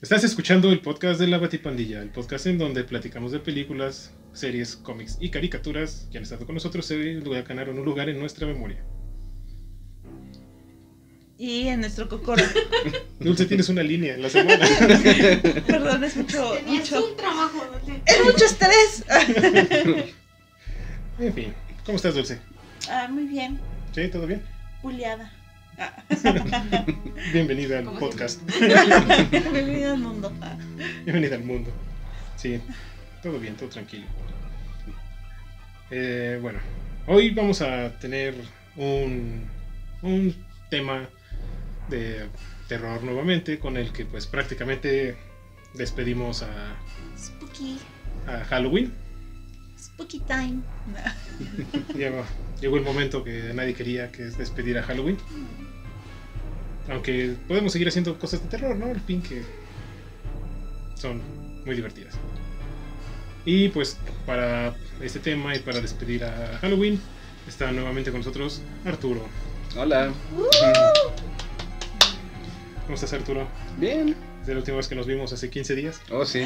Estás escuchando el podcast de La Batipandilla, el podcast en donde platicamos de películas, series, cómics y caricaturas que han estado con nosotros y ganaron un lugar en nuestra memoria. Y en nuestro cocoro. Dulce, tienes una línea en la semana. Perdón, es mucho. Tenías un trabajo, Dulce. ¡Es mucho estrés! En fin, ¿cómo estás, Dulce? Muy bien. ¿Sí? ¿Todo bien? Juliada. Bienvenida al Como podcast. Bienvenida al mundo. Bienvenida al mundo. Sí, todo bien, todo tranquilo. Bueno, hoy vamos a tener un tema de terror nuevamente, con el que pues prácticamente despedimos Spooky. a Halloween. Spooky time. Llegó el momento que nadie quería, que es despedir a Halloween. Aunque podemos seguir haciendo cosas de terror, ¿no? Al fin que son muy divertidas. Y pues para este tema y para despedir a Halloween está nuevamente con nosotros Arturo. Hola. ¿Cómo estás, Arturo? Bien. Desde la última vez que nos vimos hace 15 días. Oh, sí.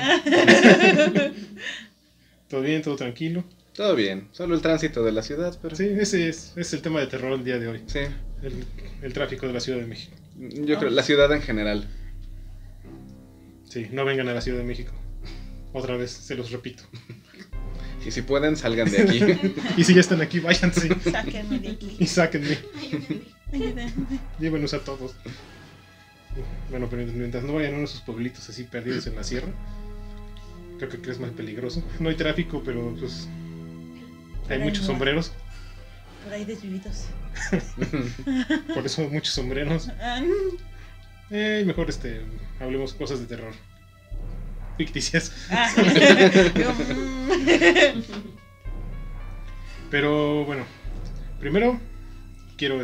¿Todo bien? ¿Todo tranquilo? Todo bien. Solo el tránsito de la ciudad, pero Sí, ese es el tema de terror el día de hoy. sí. El tráfico de la Ciudad de México. Yo creo la ciudad en general. Sí, no vengan a la Ciudad de México. Otra vez, se los repito. Y si pueden, salgan de aquí. Y si ya están aquí, váyanse Sáquenme de aquí. y sáquenme. Ayúdenme. Llévenos a todos. Bueno, pero mientras no vayan a uno de esos pueblitos así perdidos en la sierra, creo que es más peligroso. No hay tráfico, pero pues hay Pero muchos no. sombreros. Por ahí desvividos. Por eso muchos sombreros. Mejor hablemos cosas de terror ficticias. Pero bueno, primero quiero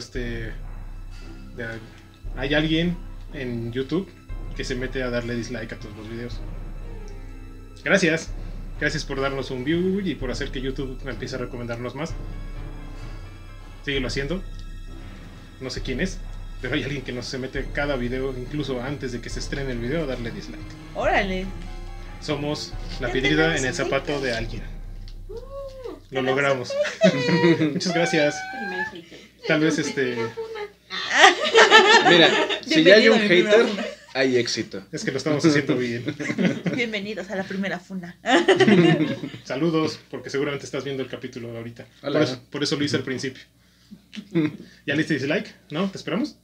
hay alguien en YouTube que se mete a darle dislike a todos los videos. Gracias por darnos un view y por hacer que YouTube empiece a recomendarnos más. Síguelo haciendo. No sé quién es, pero hay alguien que nos se mete cada video, incluso antes de que se estrene el video, a darle dislike. Órale. Somos la Ya piedrita tenemos en el zapato haters. de alguien. Lo logramos. Muchas gracias. Primer hater. Tal vez Mira, si ya hay un Bienvenido a mi hater, primera hay éxito. es que lo estamos haciendo bien. Bienvenidos a la primera funda. Saludos, porque seguramente estás viendo el capítulo ahorita. Hola. Por eso lo hice al principio. ¿Ya le diste dislike? ¿No? ¿Te esperamos?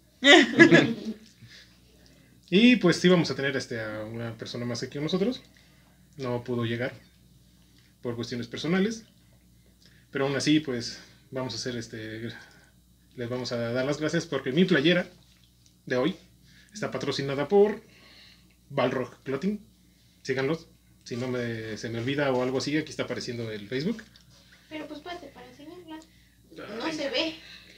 Y pues sí vamos a tener a una persona más aquí con nosotros. No pudo llegar por cuestiones personales. Pero aún así, pues vamos a hacer les vamos a dar las gracias porque mi playera de hoy está patrocinada por Balrog Clothing. Síganlos. Si no se me olvida o algo así, aquí está apareciendo el Facebook. Pero pues pase para enseñarla. No se ve.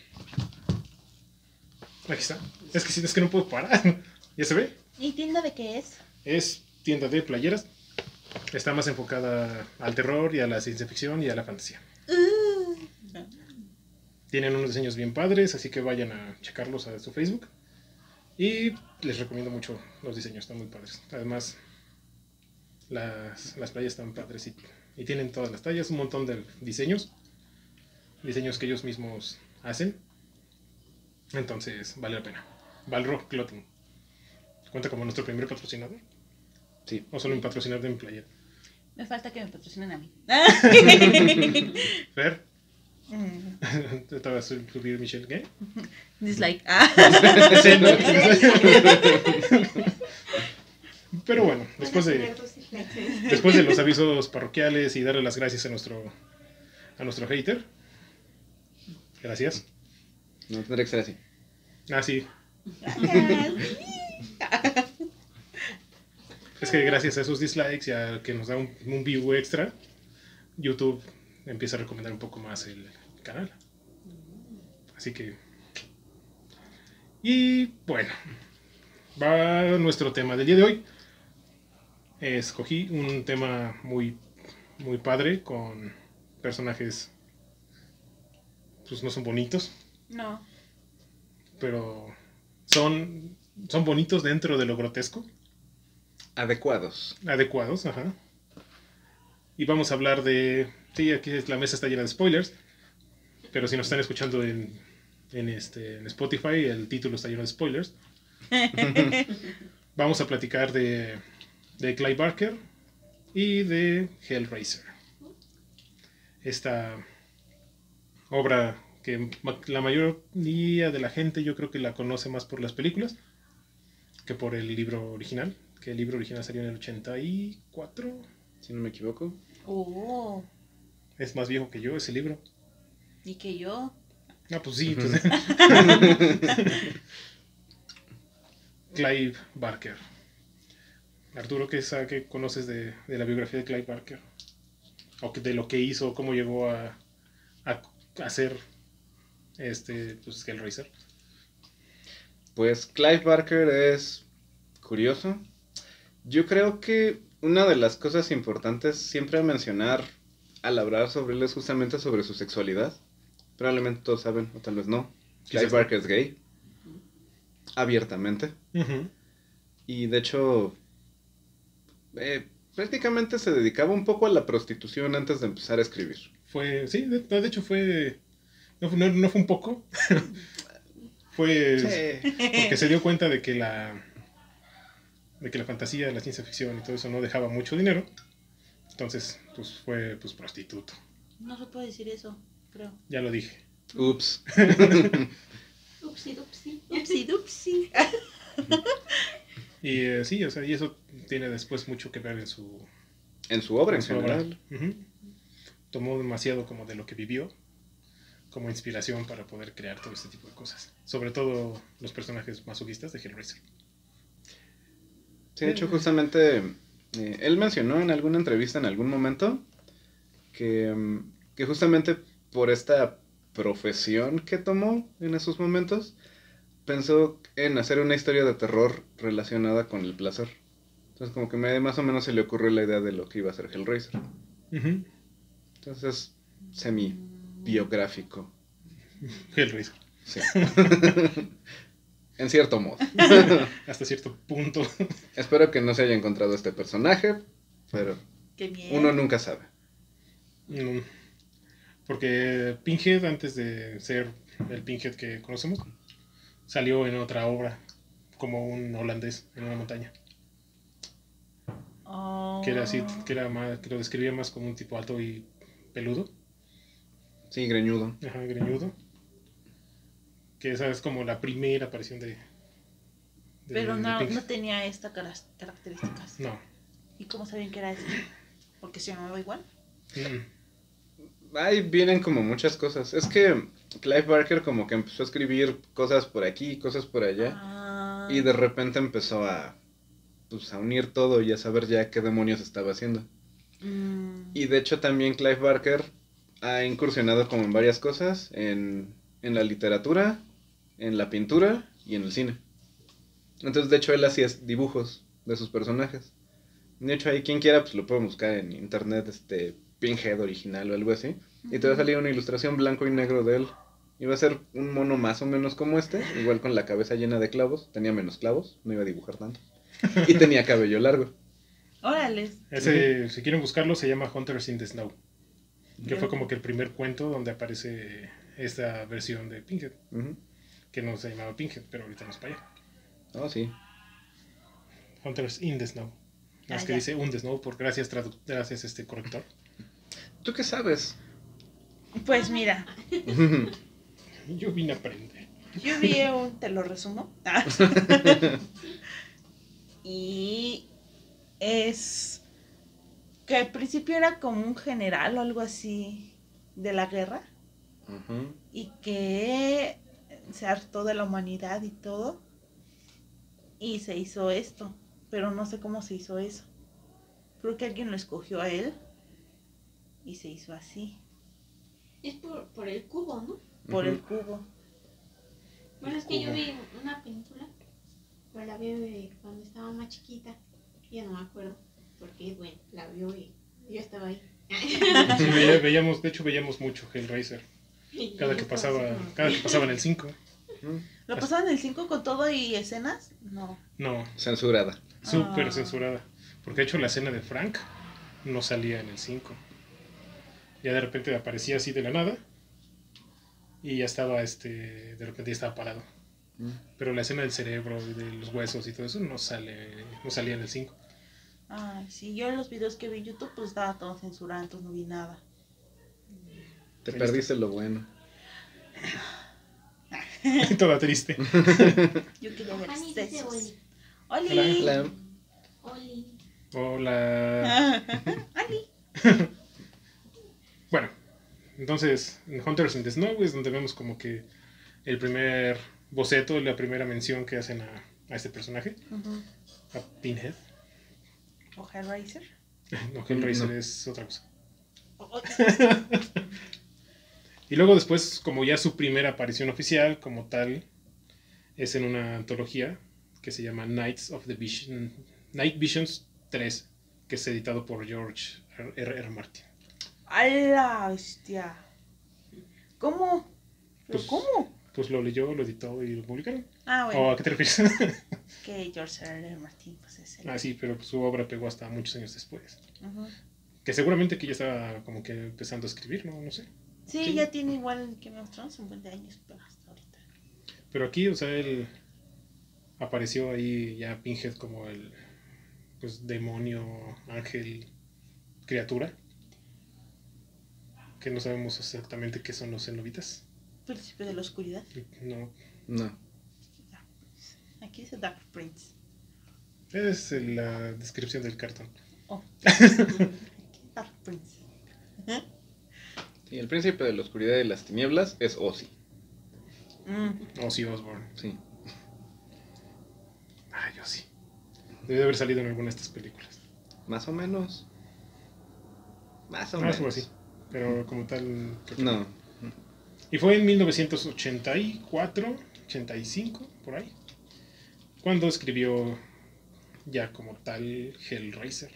Aquí está. Es que no puedo parar. ¿Ya se ve? ¿Y tienda de qué es? Es tienda de playeras. Está más enfocada al terror y a la ciencia ficción y a la fantasía. Tienen unos diseños bien padres, así que vayan a checarlos a su Facebook. Y les recomiendo mucho los diseños, están muy padres. Además, las playas están padres y tienen todas las tallas, un montón de diseños que ellos mismos hacen. Entonces, vale la pena. Balrog Clothing. ¿Cuenta como nuestro primer patrocinador? Sí. ¿O solo un patrocinador de mi playera? Me falta que me patrocinen a mí. Fer, te vas a subir Michelle, ¿qué? Dislike. Sí, no. Pero bueno, después de los avisos parroquiales y darle las gracias a nuestro hater. Gracias. No tendría que ser así. Ah, sí. Es que gracias a esos dislikes y a que nos da un view extra, YouTube empieza a recomendar un poco más el canal. Así que... Y bueno, va nuestro tema del día de hoy. Escogí un tema muy, muy padre con personajes, pues no son bonitos, No. pero son bonitos dentro de lo grotesco. Adecuados. adecuados, ajá. Y vamos a hablar de... Sí, aquí la mesa está llena de spoilers, pero si nos están escuchando en Spotify, el título está lleno de spoilers. Vamos a platicar de Clive Barker y de Hellraiser. Esta obra que la mayoría de la gente yo creo que la conoce más por las películas que por el libro original. Que el libro original salió en el 84. Si no me equivoco. Oh, Es más viejo que yo ese libro. y que yo. Ah, pues sí. Pues. Clive Barker. Arturo, ¿qué conoces de la biografía de Clive Barker? O de lo que hizo, cómo llegó a hacer pues, Hellraiser. Pues Clive Barker es curioso. Yo creo que una de las cosas importantes siempre a mencionar al hablar sobre él es justamente sobre su sexualidad. Probablemente todos saben, o tal vez no. Clive Quizás Barker es gay. Abiertamente. Uh-huh. Y de hecho, prácticamente se dedicaba un poco a la prostitución antes de empezar a escribir. Sí, de hecho fue... No fue un poco. Fue Sí. porque se dio cuenta de que la fantasía, la ciencia ficción y todo eso no dejaba mucho dinero. Entonces, pues fue pues prostituto. No se puede decir eso, creo. Ya lo dije. Ups. Upsi, dupsi. Upsi dupsi. Y sí, o sea, y eso tiene después mucho que ver en su obra en su obra. general. Uh-huh. Tomó demasiado como de lo que vivió como inspiración para poder crear todo este tipo de cosas. Sobre todo los personajes masoquistas de Hellraiser. Sí, de hecho, justamente él mencionó en alguna entrevista en algún momento que justamente por esta profesión que tomó en esos momentos, pensó en hacer una historia de terror relacionada con el placer. Entonces como que más o menos se le ocurrió la idea de lo que iba a ser Hellraiser. Uh-huh. Entonces, semi-biográfico. Hellraiser. Sí. En cierto modo. Hasta cierto punto. Espero que no se haya encontrado este personaje, pero Qué miedo. uno nunca sabe. Porque Pinhead, antes de ser el Pinhead que conocemos, salió en otra obra como un holandés en una montaña. Oh. Que era así, que lo describía más como un tipo alto y peludo. Sí, greñudo. Ajá, greñudo. Que esa es como la primera aparición de Pero no Pinhead. tenía estas características. No. ¿Y cómo sabían que era eso? ¿Porque se llamaba igual? Ahí vienen como muchas cosas. Es que Clive Barker como que empezó a escribir cosas por aquí, cosas por allá. Ah. Y de repente empezó a unir todo y a saber ya qué demonios estaba haciendo. Y de hecho también Clive Barker ha incursionado como en varias cosas, en la literatura, en la pintura y en el cine. Entonces de hecho él hacía dibujos de sus personajes. De hecho ahí quien quiera pues lo puede buscar en internet, Pinhead original o algo así. Y te va a salir una ilustración blanco y negro de él. Y va a ser un mono más o menos como igual con la cabeza llena de clavos. Tenía menos clavos, no iba a dibujar tanto. Y tenía cabello largo. Órale. Ese, si quieren buscarlo, se llama Hunters in the Snow. Que fue como que el primer cuento donde aparece esta versión de Pinhead. Uh-huh. Que no se llamaba Pinhead, pero ahorita nos para allá. Oh, sí. Hunters in the Snow. Más que ya. dice un the Snow, por gracias corrector. ¿Tú qué sabes? Pues mira, Yo vine a aprender. yo vi te lo resumo. Y es que al principio era como un general o algo así de la guerra. Uh-huh. Y que se hartó de la humanidad y todo. Y se hizo esto. Pero no sé cómo se hizo eso. Creo que alguien lo escogió a él. Y se hizo así. Es por el cubo, ¿no? Por Uh-huh. el cubo. Bueno, es que yo vi una película, pero la vi cuando estaba más chiquita. Ya no me acuerdo. Porque, bueno, la vio y yo estaba ahí. Sí, veíamos mucho Hellraiser. Cada que pasaba en el 5. ¿Lo pasaban en el 5 con todo y escenas? No. No, Censurada. súper Ah. censurada. Porque de hecho la escena de Frank no salía en el 5. Ya de repente aparecía así de la nada. Y ya estaba, de repente ya estaba parado. Pero la escena del cerebro y de los huesos y todo eso no salía en el 5. Ay, sí, yo en los videos que vi en YouTube pues estaba todo censurado, entonces no vi nada. Te perdiste lo bueno. Toda triste. Yo quería ver Fanny dice sesos. Oli. ¡Oli! Hola. Oli. Hola. ¡Oli! Bueno, entonces en Hunters in the Snow es donde vemos como que el primer boceto, la primera mención que hacen a este personaje, Ujú. a Pinhead. ¿O Hellraiser? No, Hellraiser No. es otra cosa. Oh, Y luego después, como ya su primera aparición oficial como tal, es en una antología que se llama Night Visions 3, que es editado por George R.R. Martin. ¡A la bestia! ¿Cómo? ¿Pero Pues- cómo? Pues lo leyó, lo editó y lo publicaron. Ah, ¿O bueno. a qué te refieres? Que George R.R. Martin, pues es el... Ah, sí, pero su obra pegó hasta muchos años después. Ujú. Que seguramente que ya estaba como que empezando a escribir, ¿no? No sé. Sí, Sí. ya tiene igual que me mostramos un buen de años, pero hasta ahorita. Pero aquí, o sea, él apareció ahí ya Pinhead como el pues demonio, ángel, criatura. Que no sabemos exactamente qué son los cenobitas. Príncipe de la oscuridad. No, No. Aquí dice Dark Prince. es la descripción del cartón. Oh. Dark Prince. Y el príncipe de la oscuridad y las tinieblas es Ozzy. Ozzy Osbourne. Sí. Ay, Ozzy. Debe de haber salido en alguna de estas películas. Más o menos. Más o Algo menos. así. Pero como tal. creo que No. Y fue en 1984, 85, por ahí, cuando escribió ya como tal Hellraiser.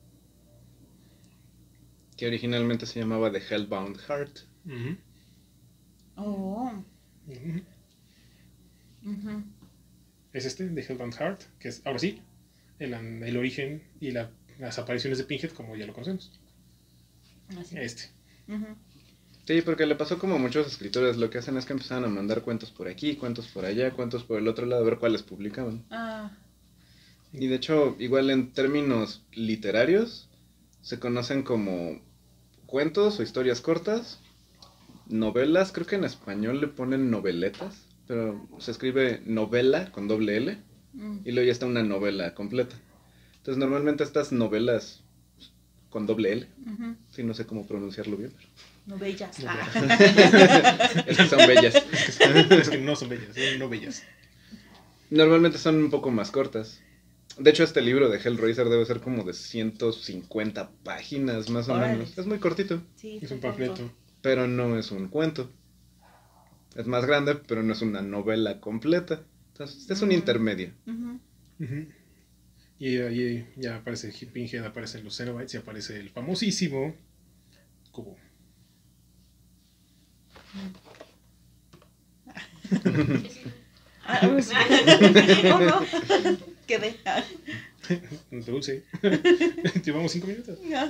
Que originalmente se llamaba The Hellbound Heart. Ujú, Oh. ujú. Ujú. Es The Hellbound Heart, que es ahora sí el origen y las apariciones de Pinhead como ya lo conocemos. Así. Ujú. Sí, porque le pasó como a muchos escritores. Lo que hacen es que empezaban a mandar cuentos por aquí, cuentos por allá, cuentos por el otro lado, a ver cuáles publicaban. Ah. Y de hecho, igual en términos literarios, se conocen como cuentos o historias cortas, novelas, creo que en español le ponen noveletas, pero se escribe novela con doble L, y luego ya está una novela completa. Entonces normalmente estas novelas con doble L, Ujú. sí, no sé cómo pronunciarlo bien, pero No bellas. No es que son bellas. Es que no son bellas, son no bellas. Normalmente son un poco más cortas. De hecho, este libro de Hellraiser debe ser como de 150 páginas, más o Órale. menos. Es muy cortito, Sí, Es un poco. panfleto. pero no es un cuento. Es más grande, pero no es una novela completa. Entonces, es un intermedio. Ujú. Ujú. Y ahí ya aparece Pinhead, aparecen los Cenobites y aparece el famosísimo cubo. Ah, pues, oh, no. Quedé. Ah, Dulce. Llevamos 5 minutos. ya.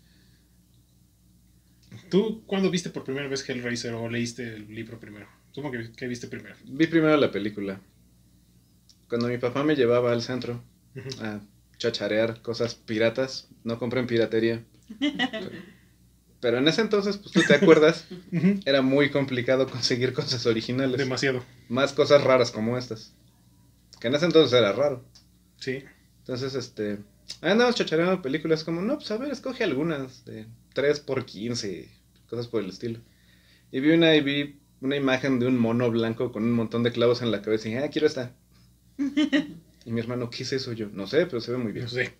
¿Tú cuándo viste por primera vez Hellraiser o leíste el libro primero? Supongo que viste primero. Vi primero la película. Cuando mi papá me llevaba al centro Ujú. a chacharear cosas piratas, no compren piratería. Pero en ese entonces, pues tú te acuerdas, Ujú. era muy complicado conseguir cosas originales. Demasiado. Más cosas raras como estas. Que en ese entonces era raro. Sí. Entonces, andamos chachareando películas como, no, pues a ver, escoge algunas de 3x15, cosas por el estilo. Y vi una imagen de un mono blanco con un montón de clavos en la cabeza y dije, quiero esta. Y mi hermano, ¿qué es eso? Yo, no sé, pero se ve muy bien. No sé.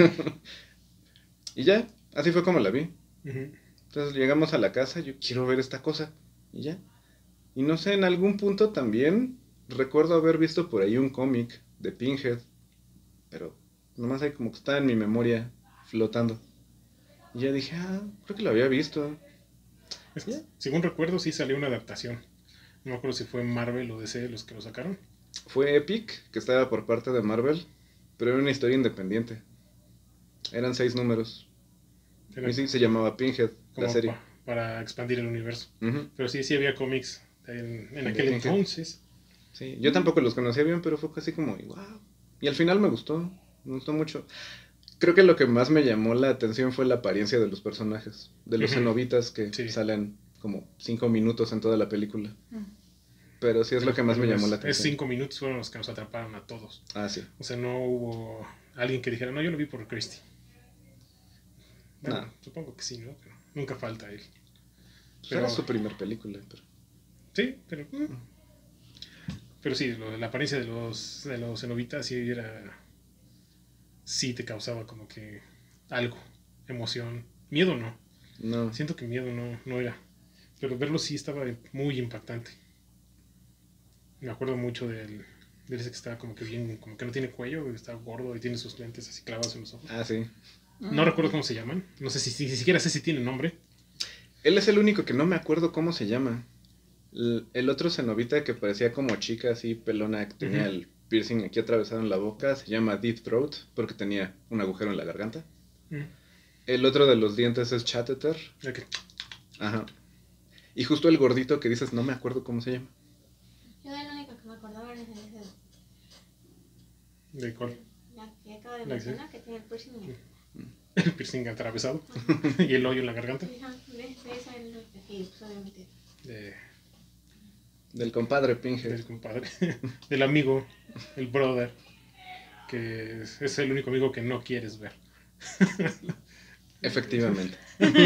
Y ya, así fue como la vi. Ujú. Entonces llegamos a la casa, yo quiero ver esta cosa. Y ya. Y no sé, en algún punto también recuerdo haber visto por ahí un cómic de Pinhead. Pero nomás hay como que está en mi memoria flotando. Y ya dije, creo que lo había visto. Según recuerdo, sí salió una adaptación No me acuerdo si fue Marvel o DC los que lo sacaron. Fue Epic, que estaba por parte de Marvel, pero era una historia independiente. Eran 6 números. Era Y sí, se llamaba Pinhead, como la serie. para expandir el universo. Ujú. Pero sí había cómics en De aquel Pinhead. entonces. Sí, yo tampoco los conocía bien, pero fue casi como, wow. Y al final me gustó mucho. Creo que lo que más me llamó la atención fue la apariencia de los personajes, de los Ujú. cenobitas que Sí. salen como 5 minutos en toda la película. Mm. Pero sí es lo que más me llamó la Es atención. 5 minutos fueron los que nos atraparon a todos. Ah, sí. O sea, no hubo alguien que dijera, no, yo lo vi por Christie. Bueno, No. supongo que sí, ¿no? Pero nunca falta él. Pues Pero- era su primer película, pero... Sí, pero... Pero sí, la apariencia de los cenobitas sí era... Sí te causaba como que algo, emoción. Miedo no. No, Siento que miedo no era. Pero verlo sí estaba muy impactante. Me acuerdo mucho de ese que estaba como que bien, como que no tiene cuello, está gordo y tiene sus lentes así clavados en los ojos. ah, sí. No recuerdo cómo se llaman. No sé si ni siquiera sé si tiene nombre. Él es el único que no me acuerdo cómo se llama. El otro cenobita que parecía como chica, así pelona, que tenía Ujú. el piercing aquí atravesado en la boca, se llama Deep Throat, porque tenía un agujero en la garganta. Mm. El otro de los dientes es Chatteter. El que- Ajá. Y justo el gordito que dices, no me acuerdo cómo se llama. Yo de lo único que me acordaba era de ese, ¿De cuál? la que acabo de La que sí. mencionar, que tiene el piercing. El piercing atravesado y el hoyo en la garganta. Ajá, de esa es lo que sí, pues obviamente. Del compadre Pinhead. Del compadre, del amigo, el brother, que es el único amigo que no quieres ver. Efectivamente.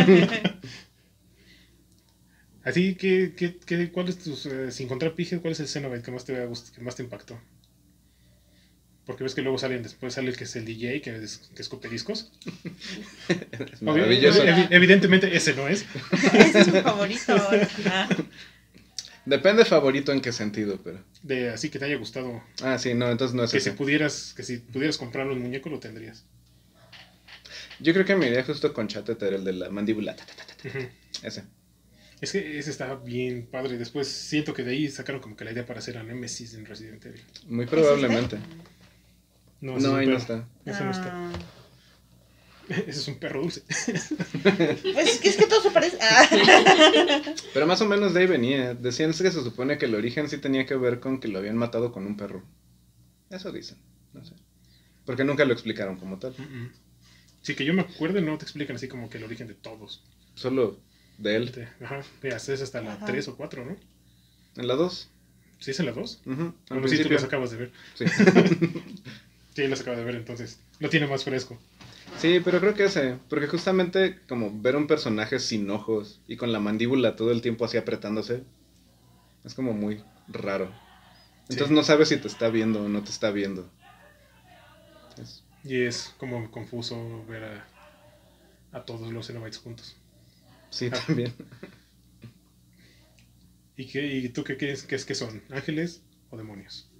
Así que ¿cuál es tu, sin contar Pige, cuál es el Xenobite que más te gustó, que más te impactó? Porque ves que luego después sale el que es el DJ, que escupe discos. Es maravilloso. Evidentemente ese no es. Ese es mi favorito ahora. Ah. Depende favorito en qué sentido, pero... Así que te haya gustado. Ah, sí, no, entonces no es Que si ese. pudieras comprarlo un muñeco, lo tendrías. Yo creo que me iría justo con Chatteter, el de la mandíbula. Ujú. Ese. Es que ese está bien padre. Después siento que de ahí sacaron como que la idea para hacer a Nemesis en Resident Evil. Muy probablemente. No, ese es No, un ahí no perro. está. Ese no está. Ah. Ese es un perro dulce. Pues es que todo se parece. Ah. Pero más o menos de ahí venía. Decían que se supone que el origen sí tenía que ver con que lo habían matado con un perro. Eso dicen. No sé. Porque nunca lo explicaron como tal. Sí, que yo me acuerdo, no te explican así como que el origen de todos. Solo de él. Ajá, mira, es hasta la Ajá. 3 o 4, ¿no? En la 2. ¿Sí es en la 2? Al Bueno, sí, tú principio. las acabas de ver. Sí. Sí, las acabas de ver, entonces lo tiene más fresco. Sí, pero creo que ese. Porque justamente como ver un personaje sin ojos y con la mandíbula todo el tiempo así apretándose. Es como muy raro. Entonces Sí. no sabes si te está viendo o no te está viendo. Es- Y es como confuso ver a todos los Xenobites juntos. Sí, Ah. también. ¿Y tú qué crees que son? ¿Ángeles o demonios?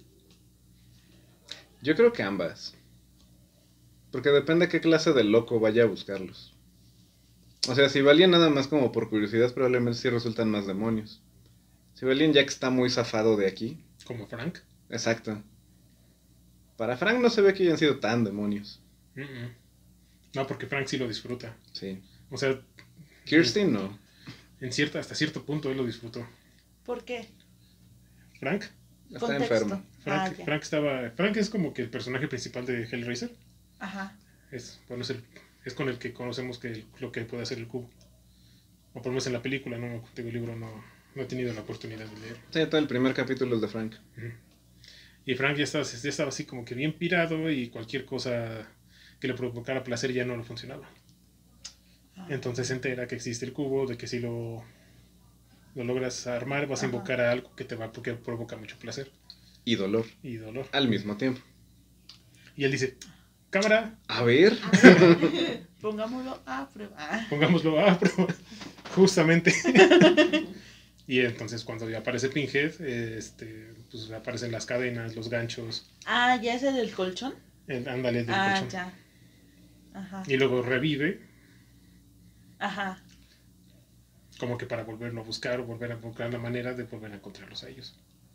Yo creo que ambas. Porque depende qué clase de loco vaya a buscarlos. O sea, si va alguien nada más como por curiosidad, probablemente sí resultan más demonios. Si va alguien ya que está muy zafado de aquí. ¿Como Frank? Exacto. Para Frank no se ve que hayan sido tan demonios. No, porque Frank sí lo disfruta. Sí. O sea, Kirsten no. hasta cierto punto él lo disfrutó. ¿Por qué? Frank, Está Contexto. enfermo. Frank, ya. Frank es como que el personaje principal de Hellraiser. Ajá. Bueno, es con el que conocemos lo que puede hacer el cubo. O por lo menos en la película, no tengo el libro, no he tenido la oportunidad de leer. Sí, todo el primer capítulo es de Frank. Y Frank ya estaba así como que bien pirado y cualquier cosa que le provocara placer ya no le funcionaba. Ah. Entonces se entera que existe el cubo, de que si lo logras armar vas a Ajá. invocar a algo que provoca mucho placer Y dolor. y dolor. Al mismo tiempo. Y él dice, cámara, A ver. Pongámoslo a prueba. Ah. pongámoslo a prueba. Justamente. Y entonces cuando ya aparece Pinhead, pues aparecen las cadenas, los ganchos, Ah, ¿ya ese del colchón? ándale del Ah, colchón. ya. Ajá. Y luego revive Ajá. como que para volverlo a buscar o volver a buscar la manera de volver a encontrarlos a ellos.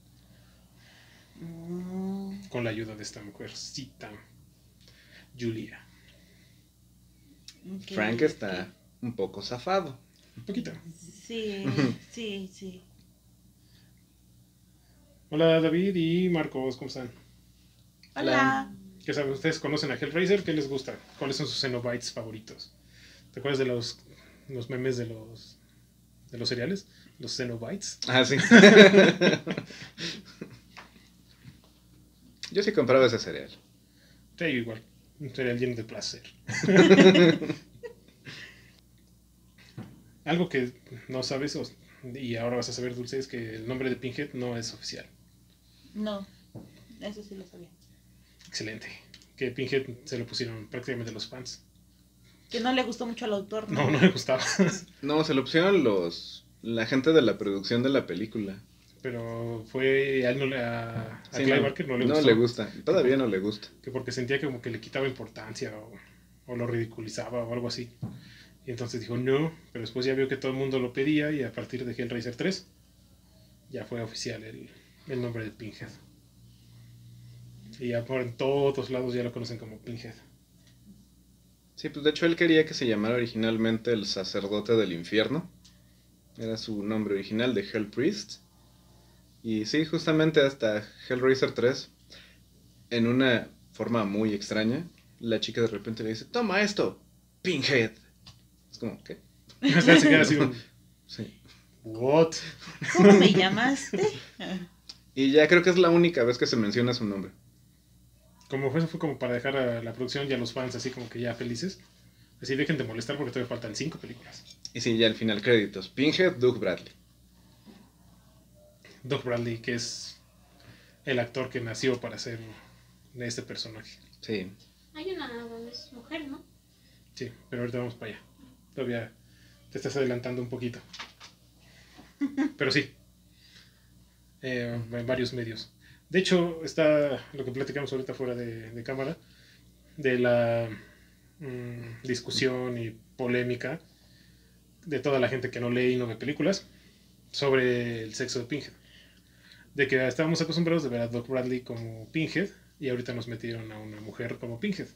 Con la ayuda de esta mujercita, Julia. Ok, Frank está un poco zafado. Un poquito. Sí, sí, sí. Hola David y Marcos, ¿cómo están? Hola. ¿Qué saben? ¿Ustedes conocen a Hellraiser? ¿Qué les gusta? ¿Cuáles son sus Cenobites favoritos? ¿Te acuerdas de los memes de los cereales? Los Cenobites. Ah, sí. Yo sí compraba ese cereal. Sí, igual. Un cereal lleno de placer. Algo que no sabes y ahora vas a saber, Dulce, es que el nombre de Pinhead no es oficial. No, eso sí lo sabía. Excelente. Que Pinhead se lo pusieron prácticamente los fans. Que no le gustó mucho al autor, ¿no? No, no le gustaba. No, se lo pusieron la gente de la producción de la película. Pero fue a él a Sí, Clive no, Barker no le no gustó. le gusta. Todavía no le gusta. Que porque sentía que como que le quitaba importancia o lo ridiculizaba o algo así. Y entonces dijo no, pero después ya vio que todo el mundo lo pedía y a partir de Hellraiser 3 ya fue oficial el nombre de Pinhead. Y ahora en todos lados ya lo conocen como Pinhead. Sí, pues de hecho él quería que se llamara originalmente el sacerdote del infierno. Era su nombre original de Hell Priest. Y sí, justamente hasta Hellraiser 3, en una forma muy extraña, la chica de repente le dice, toma esto, Pinhead. Es como, ¿qué? O sea, se queda así un, Sí. ¿what? ¿Cómo me llamaste? Y ya creo que es la única vez que se menciona su nombre. Como fue como para dejar a la producción y a los fans así como que ya felices. Así dejen de molestar porque todavía faltan 5 películas. Y sí, ya al final créditos. Pinhead, Doug Bradley. Doug Bradley, que es el actor que nació para ser este personaje. Sí. Hay una donde es mujer, ¿no? Sí, pero ahorita vamos para allá. Todavía te estás adelantando un poquito. Pero sí. En varios medios. De hecho, está lo que platicamos ahorita fuera de cámara, de la discusión y polémica de toda la gente que no lee y no ve películas sobre el sexo de Pinhead. De que estábamos acostumbrados de ver a Doug Bradley como Pinhead y ahorita nos metieron a una mujer como Pinhead.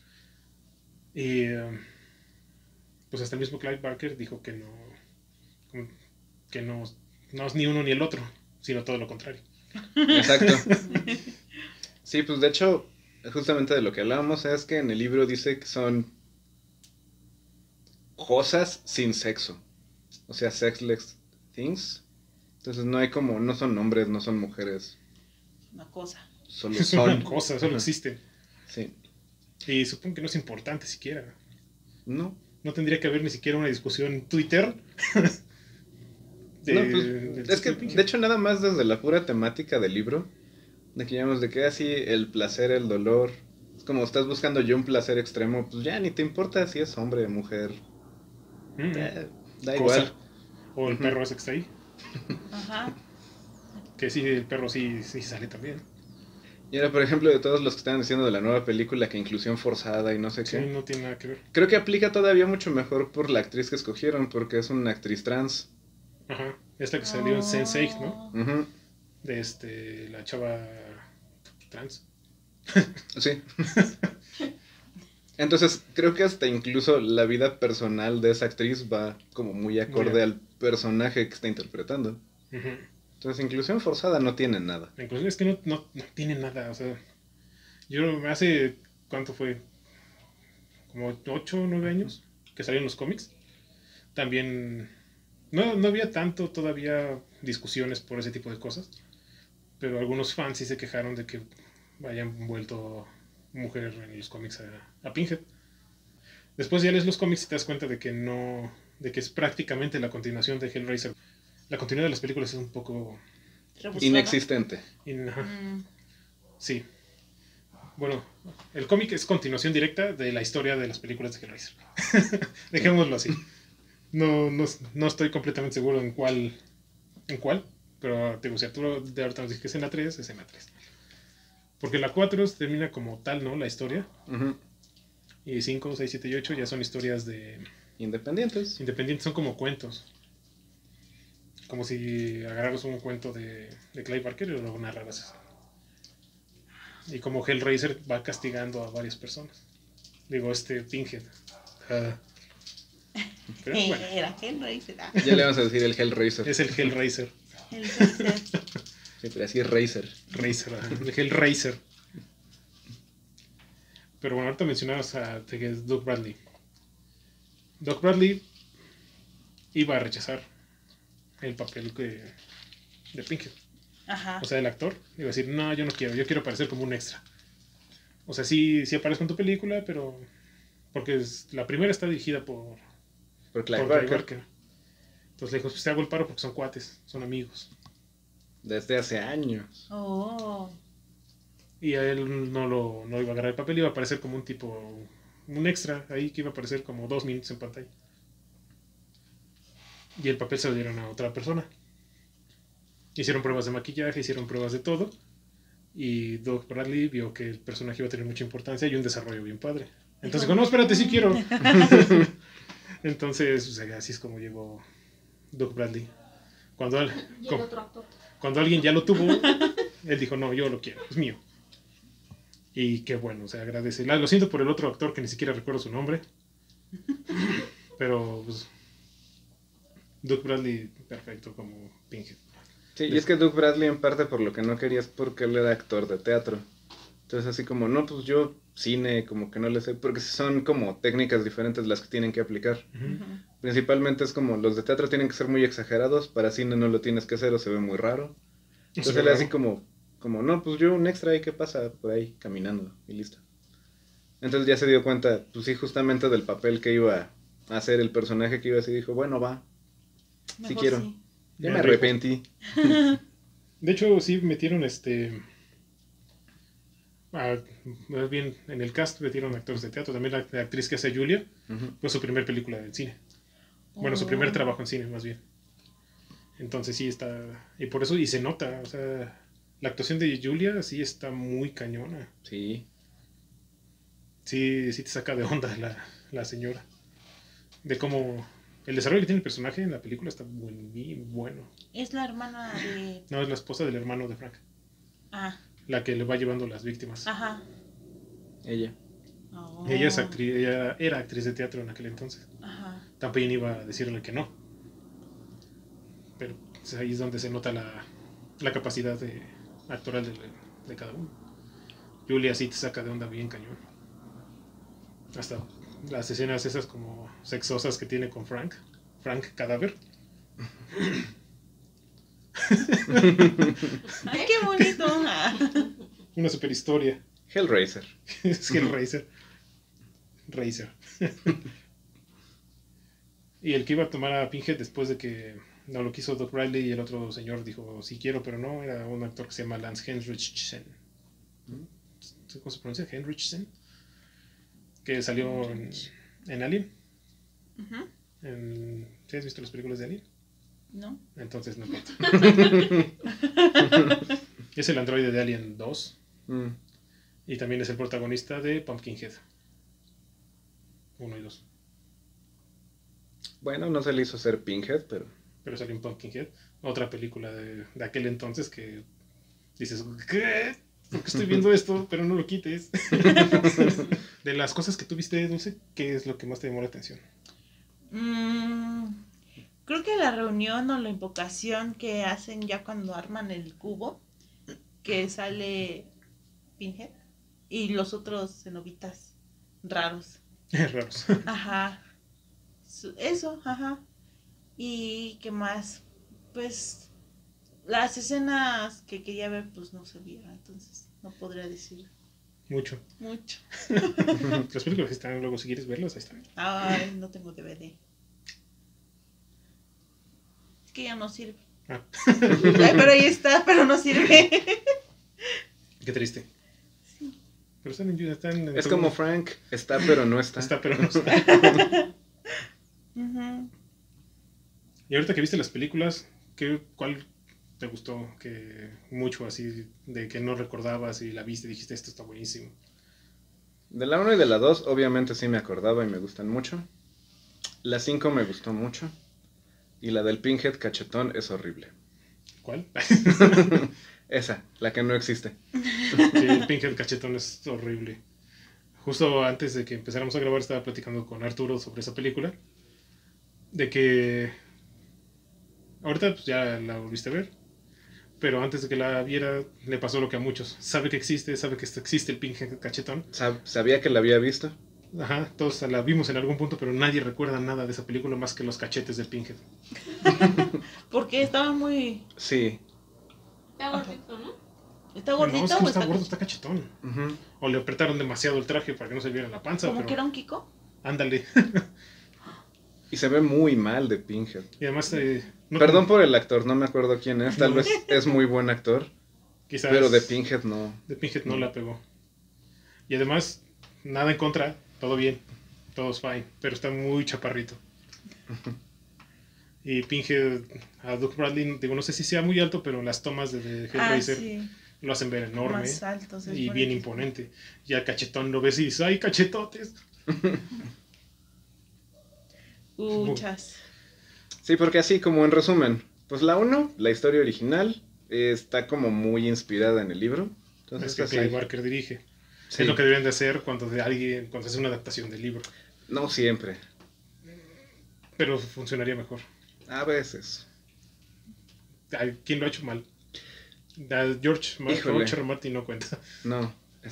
Y pues hasta el mismo Clive Barker dijo que no es ni uno ni el otro, sino todo lo contrario. Exacto. Sí, pues de hecho, justamente de lo que hablábamos es que en el libro dice que son cosas sin sexo. O sea, sexless things. Entonces no son hombres, no son mujeres. Una cosa. Solo Son son. cosas, solo existen. Sí. Y supongo que no es importante siquiera. No. No tendría que haber ni siquiera una discusión en Twitter. No, pues, es que, de hecho, nada más desde la pura temática del libro, de que llamamos de que así el placer, el dolor, es como estás buscando yo un placer extremo, pues ya ni te importa si es hombre o mujer, da Cosa. igual. O el perro ese que está ahí. Ajá. Que sí, el perro sí sale también. Y ahora, por ejemplo, de todos los que estaban diciendo de la nueva película, que inclusión forzada y no sé Sí, qué, no tiene nada que ver. creo que aplica todavía mucho mejor por la actriz que escogieron, porque es una actriz trans. Ajá. Esta que salió en Sense8, ¿no? Ujú. De la chava trans. Sí. Entonces, creo que hasta incluso la vida personal de esa actriz va como muy acorde Muy al personaje que está interpretando. Ujú. Entonces, inclusión forzada no tiene nada. La inclusión es que no tiene nada. O sea, yo hace, ¿cuánto fue? Como 8 o 9 años que salieron los cómics. También no había tanto todavía discusiones por ese tipo de cosas. Pero algunos fans sí se quejaron de que hayan vuelto mujer en los cómics a Pinhead. Después ya lees los cómics y te das cuenta de que no, de que es prácticamente la continuación de Hellraiser. La continuidad de las películas es un poco Rebuscada. Inexistente. ajá, Mm, sí. Bueno, el cómic es continuación directa de la historia de las películas de Hellraiser. Dejémoslo así. No estoy completamente seguro en cuál, pero te digo, si Arturo de ahorita nos dice que es en la 3, es en la 3. Porque la 4 termina como tal, ¿no? La historia. Ujú. Y 5, 6, 7 y 8 ya son historias de Independientes. independientes, son como cuentos. como si agarraras un cuento de Clive Barker y lo narraras. Y como Hellraiser va castigando a varias personas. Digo, Pinhead. Ah, pero bueno, Era Hellraiser. Ya le vamos a decir el Hellraiser. es el Hellraiser. Hellraiser. Sí, pero así es Razer. Razer, ajá, el Hellraiser. Pero bueno, ahorita mencionabas a Doug Bradley. Doug Bradley iba a rechazar el papel de Pinhead. Ajá. O sea, el actor iba a decir, no, yo no quiero, yo quiero aparecer como un extra. O sea, sí aparezco en tu película, pero... Porque la primera está dirigida por Clive Clive Barker. Barker. Entonces le dijo, pues te hago el paro porque son cuates, son amigos. Desde hace años. Oh. Y a él no iba a agarrar el papel, iba a aparecer como un tipo, un extra ahí que iba a aparecer como 2 minutos en pantalla. Y el papel se lo dieron a otra persona. Hicieron pruebas de maquillaje, hicieron pruebas de todo. Y Doug Bradley vio que el personaje iba a tener mucha importancia y un desarrollo bien padre. Entonces dijo, no, espérate, sí quiero. Entonces, o sea, así es como llegó Doug Bradley. Cuando, Y el otro actor. cuando alguien ya lo tuvo, él dijo, no, yo lo quiero, es mío. Y qué bueno, o sea, agradece. Lo siento por el otro actor que ni siquiera recuerdo su nombre. Pero, pues, Doug Bradley, perfecto como Pinhead. Sí, y es que Doug Bradley en parte por lo que no quería es porque él era actor de teatro. Entonces así como, no, pues yo cine como que no le sé, porque son como técnicas diferentes las que tienen que aplicar. Ujú. Principalmente es como los de teatro tienen que ser muy exagerados, para cine no lo tienes que hacer o se ve muy raro. Entonces él así como, no, pues yo un extra ahí que pasa por ahí caminando y listo. Entonces ya se dio cuenta, pues sí, justamente del papel que iba a hacer el personaje que iba a hacer, dijo, bueno, va, Mejor sí quiero. sí. Ya Me me rifo. arrepentí. De hecho, sí metieron más bien en el cast metieron actores de teatro. También la actriz que hace Julia Ujú. fue su primer película en cine. Bueno, su primer Oh. trabajo en cine, más bien. Entonces sí está. Y por eso, y se nota, o sea, la actuación de Julia sí está muy cañona. Sí. Sí te saca de onda la señora. De cómo. El desarrollo que tiene el personaje en la película está muy bueno. Es la hermana de. No, es la esposa del hermano de Frank. Ah, La que le va llevando las víctimas. ajá. Ella. Oh. Ella es actriz, ella era actriz de teatro en aquel entonces. Ajá. Tampoco iba a decirle que no. Pero pues, ahí es donde se nota la capacidad actoral de cada uno. Julia sí te saca de onda bien cañón. Hasta las escenas esas como sexosas que tiene con Frank Cadáver. Ay, qué bonito. Ah. Una super historia. Hellraiser. Es que el Razer. Y el que iba a tomar a Pinhead después de que no lo quiso Doug Bradley y el otro señor dijo sí quiero, pero no, era un actor que se llama Lance Henriksen. ¿Cómo se pronuncia? Henriksen. Que salió en Alien. Ujú. ¿Sí has visto las películas de Alien? ¿No? Entonces no importa. Es el androide de Alien 2 Mm. y también es el protagonista de Pumpkinhead 1 y 2. Bueno, no se le hizo ser Pinhead, pero... Pero salió en Pumpkinhead, otra película de aquel entonces que dices, ¿qué? ¿Por qué estoy viendo esto? Pero no lo quites. De las cosas que tú viste, Dulce, ¿qué es lo que más te llamó la atención? Creo que la reunión o la invocación que hacen ya cuando arman el cubo, que sale Pinhead y los otros cenobitas raros. Raros. Ajá. Eso, ajá. ¿Y qué más? Pues las escenas que quería ver pues no se vieron, entonces no podría decir Mucho. mucho. Las películas están, luego si quieres verlas, ahí están. Ay, no tengo DVD. Es que ya no sirve. Ah, Ay, pero ahí está, pero no sirve. qué triste. Pero están en Es todo- como Frank, está pero no está. Está, pero no está. Ujú. Y ahorita que viste las películas, ¿cuál te gustó que mucho así de que no recordabas y la viste y dijiste esto está buenísimo? De la 1 y de la 2 obviamente sí me acordaba y me gustan mucho. La 5 me gustó mucho. Y la del Pinhead cachetón es horrible. ¿Cuál? Esa, la que no existe. Sí, el Pinhead cachetón es horrible. Justo antes de que empezáramos a grabar estaba platicando con Arturo sobre esa película. De que... Ahorita pues ya la volviste a ver. Pero antes de que la viera le pasó lo que a muchos. Sabe que existe el Pinhead cachetón. Sabía que la había visto. Ajá, todos la vimos en algún punto, pero nadie recuerda nada de esa película más que los cachetes del Pinhead. Porque estaba muy... Sí. Está gordito, ¿no? ¿Está gordito No, es que o no está está gordo, está cachetón. Ujú. O le apretaron demasiado el traje para que no se viera la panza, como pero... que era un Kiko? Ándale. Y se ve muy mal de Pinhead. Y además... no- Perdón por el actor, no me acuerdo quién es. Tal vez es muy buen actor. quizás Pero de Pinhead no. de Pinhead no la pegó. Y además, nada en contra, todo bien, todos fine, pero está muy chaparrito. Y Pinhead, a Doug Bradley, digo, no sé si sea muy alto, pero las tomas de Hellraiser sí. lo hacen ver enorme Más altos. y bien imponente. Y al cachetón lo ves y dices, ¡ay, cachetotes! Muchas. Sí, porque así como en resumen, pues la 1, la historia original, está como muy inspirada en el libro. Entonces, Es que así. Clive Barker dirige. Sí. Es lo que deberían de hacer cuando se hace una adaptación del libro. No siempre. Pero funcionaría mejor. A veces. Ay, ¿quién lo ha hecho mal? George Híjole. R. Martin no cuenta. No,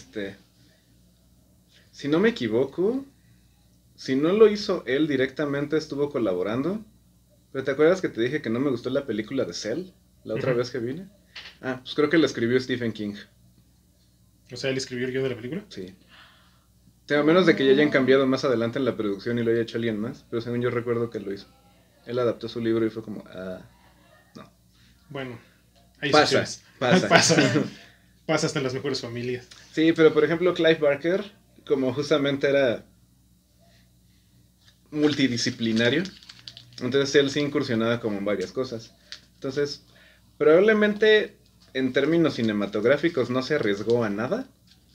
si no me equivoco, si no lo hizo él directamente, estuvo colaborando. Pero ¿te acuerdas que te dije que no me gustó la película de Cell la otra Ujú. vez que vine? Ah, pues creo que la escribió Stephen King. O sea, él escribió el guión de la película. Sí. A menos de que ya hayan cambiado más adelante en la producción y lo haya hecho alguien más, pero según yo recuerdo que lo hizo. Él adaptó su libro y fue como, no. Bueno, hay Pasa, excepciones. pasa. Pasa hasta en las mejores familias. Sí, pero por ejemplo Clive Barker, como justamente era multidisciplinario, entonces él sí incursionaba como en varias cosas. Entonces, probablemente en términos cinematográficos no se arriesgó a nada,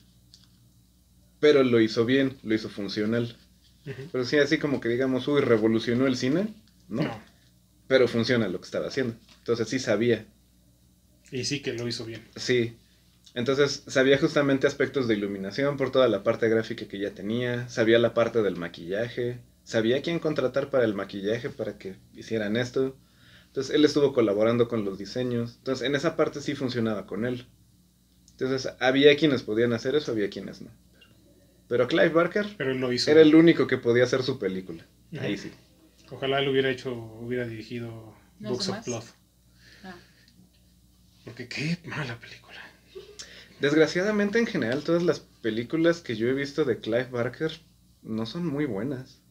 pero lo hizo bien, lo hizo funcional. Ujú. Pero sí, así como que digamos, revolucionó el cine, ¿no? No. Pero funciona lo que estaba haciendo. Entonces sí sabía. Y sí que lo hizo bien. Sí. Entonces sabía justamente aspectos de iluminación por toda la parte gráfica que ya tenía. Sabía la parte del maquillaje. Sabía quién contratar para el maquillaje para que hicieran esto. Entonces él estuvo colaborando con los diseños. Entonces en esa parte sí funcionaba con él. Entonces había quienes podían hacer eso, había quienes no. Pero Clive Barker Pero él lo hizo. era el único que podía hacer su película. Ujú. Ahí sí. Ojalá él hubiera dirigido ¿Los Books of demás? Blood. Ah. Porque qué mala película. Desgraciadamente en general todas las películas que yo he visto de Clive Barker no son muy buenas.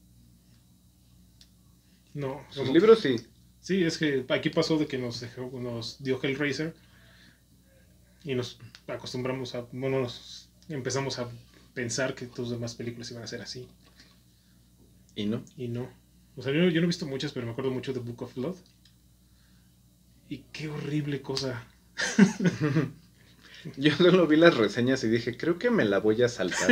No. Sus como- libros sí. Sí, es que aquí pasó de que nos dio Hellraiser y nos acostumbramos nos empezamos a pensar que tus demás películas iban a ser así. Y no. Y no. O sea, yo no he visto muchas, pero me acuerdo mucho de Book of Blood. Y qué horrible cosa. Yo solo vi las reseñas y dije, creo que me la voy a saltar.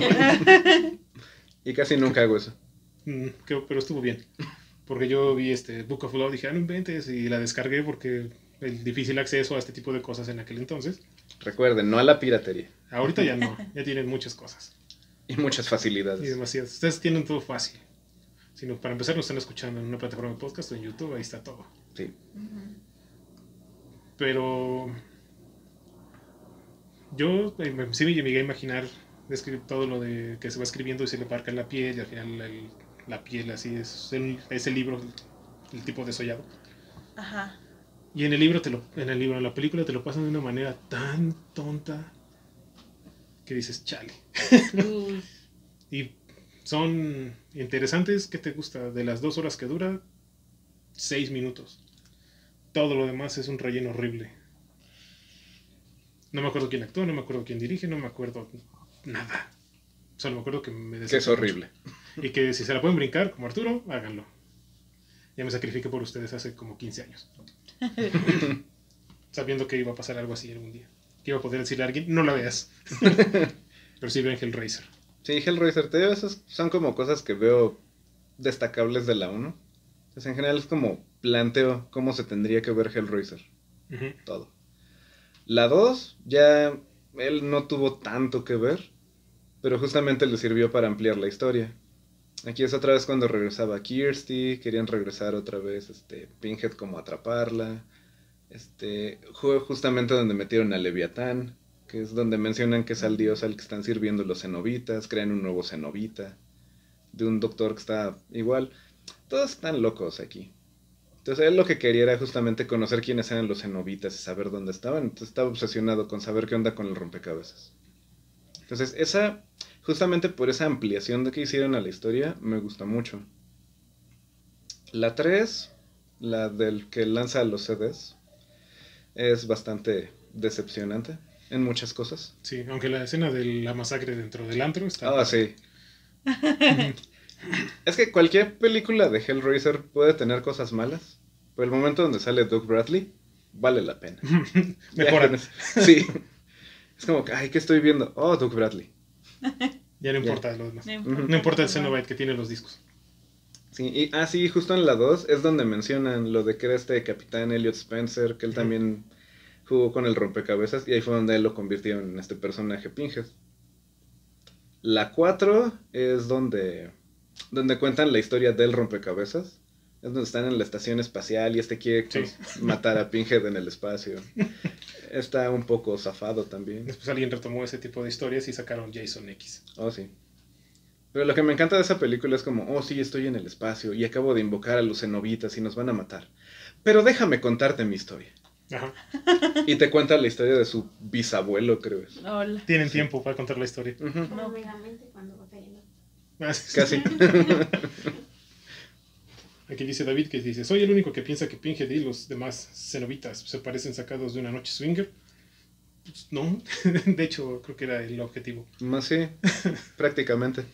Y casi nunca hago eso. Pero estuvo bien. Porque yo vi Book of Blood y dije, no inventes, y la descargué porque el difícil acceso a este tipo de cosas en aquel entonces. Recuerden, no a la piratería. Ahorita ya no, ya tienen muchas cosas. Y muchas Y facilidades. demasiadas. Ustedes tienen todo fácil. Sino para empezar, nos están escuchando en una plataforma de podcast o en YouTube, ahí está todo. Sí. Pero yo sí me llegué a imaginar todo lo de que se va escribiendo y se le parca en la piel y al final la piel así es el libro, el tipo desollado. Ajá. Y en la película te lo pasan de una manera tan tonta que dices, chale. Uy. Y son interesantes. ¿Qué te gusta? De las 2 horas que dura, 6 minutos. Todo lo demás es un relleno horrible. No me acuerdo quién actuó, no me acuerdo quién dirige, no me acuerdo nada. Solo me acuerdo que me Que es decepcionó horrible. mucho. Y que si se la pueden brincar, como Arturo, háganlo. Ya me sacrifiqué por ustedes hace como 15 años. Sabiendo que iba a pasar algo así algún día. Que iba a poder decirle a alguien, no la veas. Pero sí vean Hellraiser. Sí, Hellraiser, te digo, esas son como cosas que veo destacables de la 1. Entonces, en general es como planteo cómo se tendría que ver Hellraiser. Ujú. Todo. La 2, ya él no tuvo tanto que ver, pero justamente le sirvió para ampliar la historia. Aquí es otra vez cuando regresaba Kirsty, querían regresar otra vez Pinhead como a atraparla. Fue justamente donde metieron a Leviatán, que es donde mencionan que es al dios al que están sirviendo los cenobitas, crean un nuevo cenobita, de un doctor que está igual. Todos están locos aquí. Entonces él lo que quería era justamente conocer quiénes eran los cenobitas y saber dónde estaban. Entonces estaba obsesionado con saber qué onda con el rompecabezas. Entonces justamente por esa ampliación de que hicieron a la historia, me gusta mucho. La 3, la del que lanza los CDs, es bastante decepcionante en muchas cosas. Sí, aunque la escena de la masacre dentro del antro está... Ah, sí. Es que cualquier película de Hellraiser puede tener cosas malas, pero el momento donde sale Doug Bradley vale la pena. Mejoran. Sí. Es como que, ay, ¿qué estoy viendo? Oh, Doug Bradley. Ya no importa lo demás. No No importa el Cenobite que tiene los discos. Sí, sí, justo en la 2 es donde mencionan lo de que era capitán Elliot Spencer, que él también jugó con el rompecabezas, y ahí fue donde él lo convirtieron en este personaje Pinhead. La 4 es donde cuentan la historia del rompecabezas. Es donde están en la estación espacial y quiere matar a Pinhead en el espacio. Está un poco zafado también. Después alguien retomó ese tipo de historias y sacaron Jason X. Oh, sí. Pero lo que me encanta de esa película es como, oh sí, estoy en el espacio y acabo de invocar a los cenobitas y nos van a matar. Pero déjame contarte mi historia. Ajá. Y te cuenta la historia de su bisabuelo, creo es. Hola. Tienen tiempo para contar la historia. Ujú. Como Megamente cuando va cayendo. Ah, sí. Casi. Aquí dice David que dice, soy el único que piensa que Pinhead y los demás cenobitas se parecen sacados de una noche swinger. Pues, no, de hecho creo que era el objetivo. Más sí, prácticamente.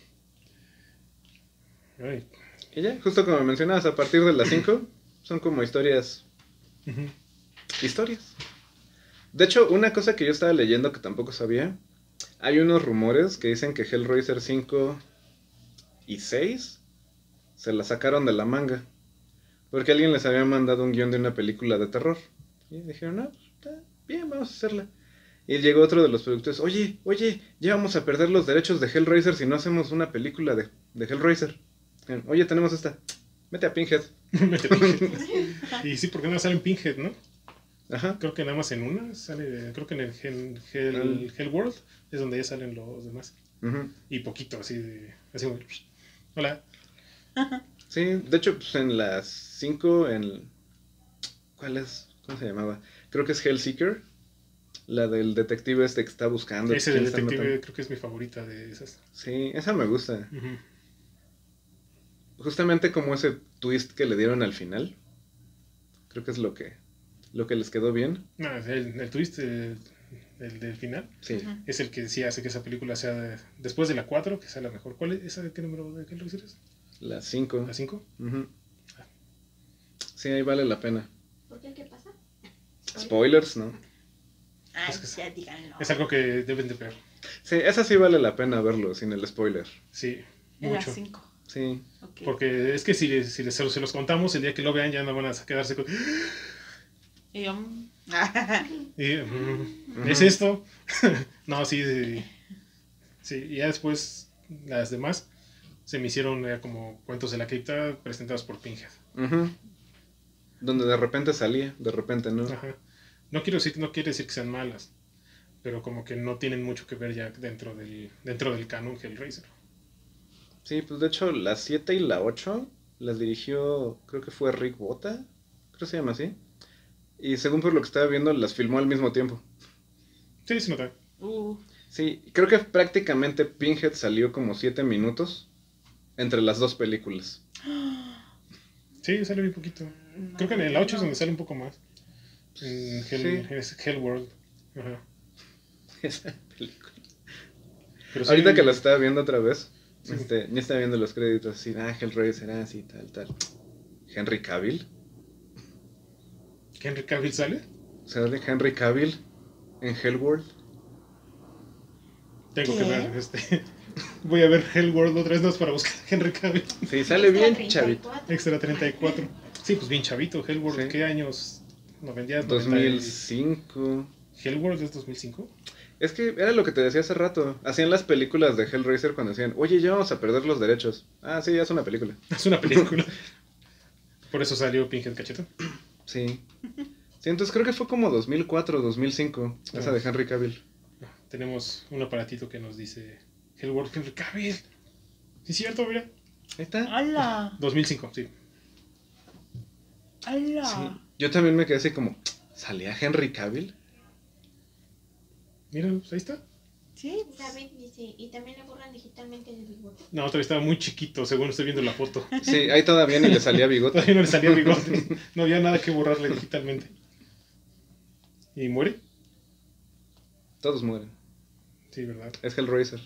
Ay. Y ya, justo como mencionabas, a partir de las 5 son como historias. Ujú. Historias. De hecho, una cosa que yo estaba leyendo que tampoco sabía, hay unos rumores que dicen que Hellraiser 5 y 6 se la sacaron de la manga. Porque alguien les había mandado un guión de una película de terror. Y dijeron, no, pues, está bien, vamos a hacerla. Y llegó otro de los productores, oye, ya vamos a perder los derechos de Hellraiser si no hacemos una película de Hellraiser. Oye, tenemos esta, mete a Pinhead. Mete Pinhead. Y sí, porque no sale en Pinhead, ¿no? Ajá. Creo que nada más en una sale, creo que en el Hellworld es donde ya salen los demás. Uh-huh. Y poquito, así muy, hola. Sí, de hecho, pues en las 5, ¿cuál es? ¿Cómo se llamaba? Creo que es Hellseeker, la del detective que está buscando. Ese del detective creo que es mi favorita de esas. Sí, esa me gusta. Uh-huh. Justamente como ese twist que le dieron al final. Creo que es lo que les quedó bien. No, el twist del final Sí. es el que sí hace que esa película sea después de la 4, que sea la mejor. ¿Cuál es? ¿Esa de qué número de Hellraiser es? La 5. ¿La 5? Uh-huh. Sí, ahí vale la pena. ¿Por qué? ¿Qué pasa? Spoilers, ¿no? Ay, Es que ya díganlo. Es algo que deben de ver. Sí, esa sí vale la pena verlo sin el spoiler. Sí, En las mucho. 5. Sí. Okay. Porque es que si se los contamos, el día que lo vean ya no van a quedarse con... Y yo, ¿Es esto? No, sí. Sí, y ya después las demás se me hicieron como cuentos de la cripta presentados por Pinhead. Uh-huh. Donde de repente salía, de repente no. Ajá. No quiere decir que sean malas, pero como que no tienen mucho que ver ya dentro del canon Hellraiser. Sí, pues de hecho la 7 y la 8 las dirigió, creo que fue Rick Botta, creo que se llama así. Y según por lo que estaba viendo, las filmó al mismo tiempo. Sí, se nota. Sí, creo que prácticamente Pinhead salió como 7 minutos entre las dos películas. Sí, sale muy poquito. Creo que en la 8 es donde sale un poco más. En Hellworld. Ajá. Esa película. Pero sí, Ahorita que la estaba viendo otra vez, ya estaba viendo los créditos así, Hellraiser, así, tal. Henry Cavill. ¿Henry Cavill sale? ¿Sale Henry Cavill en Hellworld? Tengo ¿Qué? que ver Voy a ver Hellworld otra vez, no es para buscar a Henry Cavill. Sí, sale bien, 34. chavito. Extra 34. Sí, pues bien chavito. Hellworld, Sí. ¿qué años? No vendía 2005. Hellworld es 2005. Es que era lo que te decía hace rato. Hacían las películas de Hellraiser cuando decían, oye, ya vamos a perder los derechos. Ah, sí, ya es una película. Es una película. Por eso salió Pinhead Cachetón. Sí. Sí, entonces creo que fue como 2004, 2005. Esa de Henry Cavill. Tenemos un aparatito que nos dice Hellworld Henry Cavill. Sí, es cierto, mira. Ahí está. ¡Hala! 2005, sí. ¡Hala! Sí. Yo también me quedé así como, ¿salía Henry Cavill? Mira, pues ahí está. Sí. David dice, y también le borran digitalmente el bigote. No, todavía estaba muy chiquito, según estoy viendo la foto. Sí, ahí todavía ni le salía bigote. Todavía no le salía bigote. No había nada que borrarle digitalmente. ¿Y muere? Todos mueren. Sí, ¿verdad? Es Hellraiser.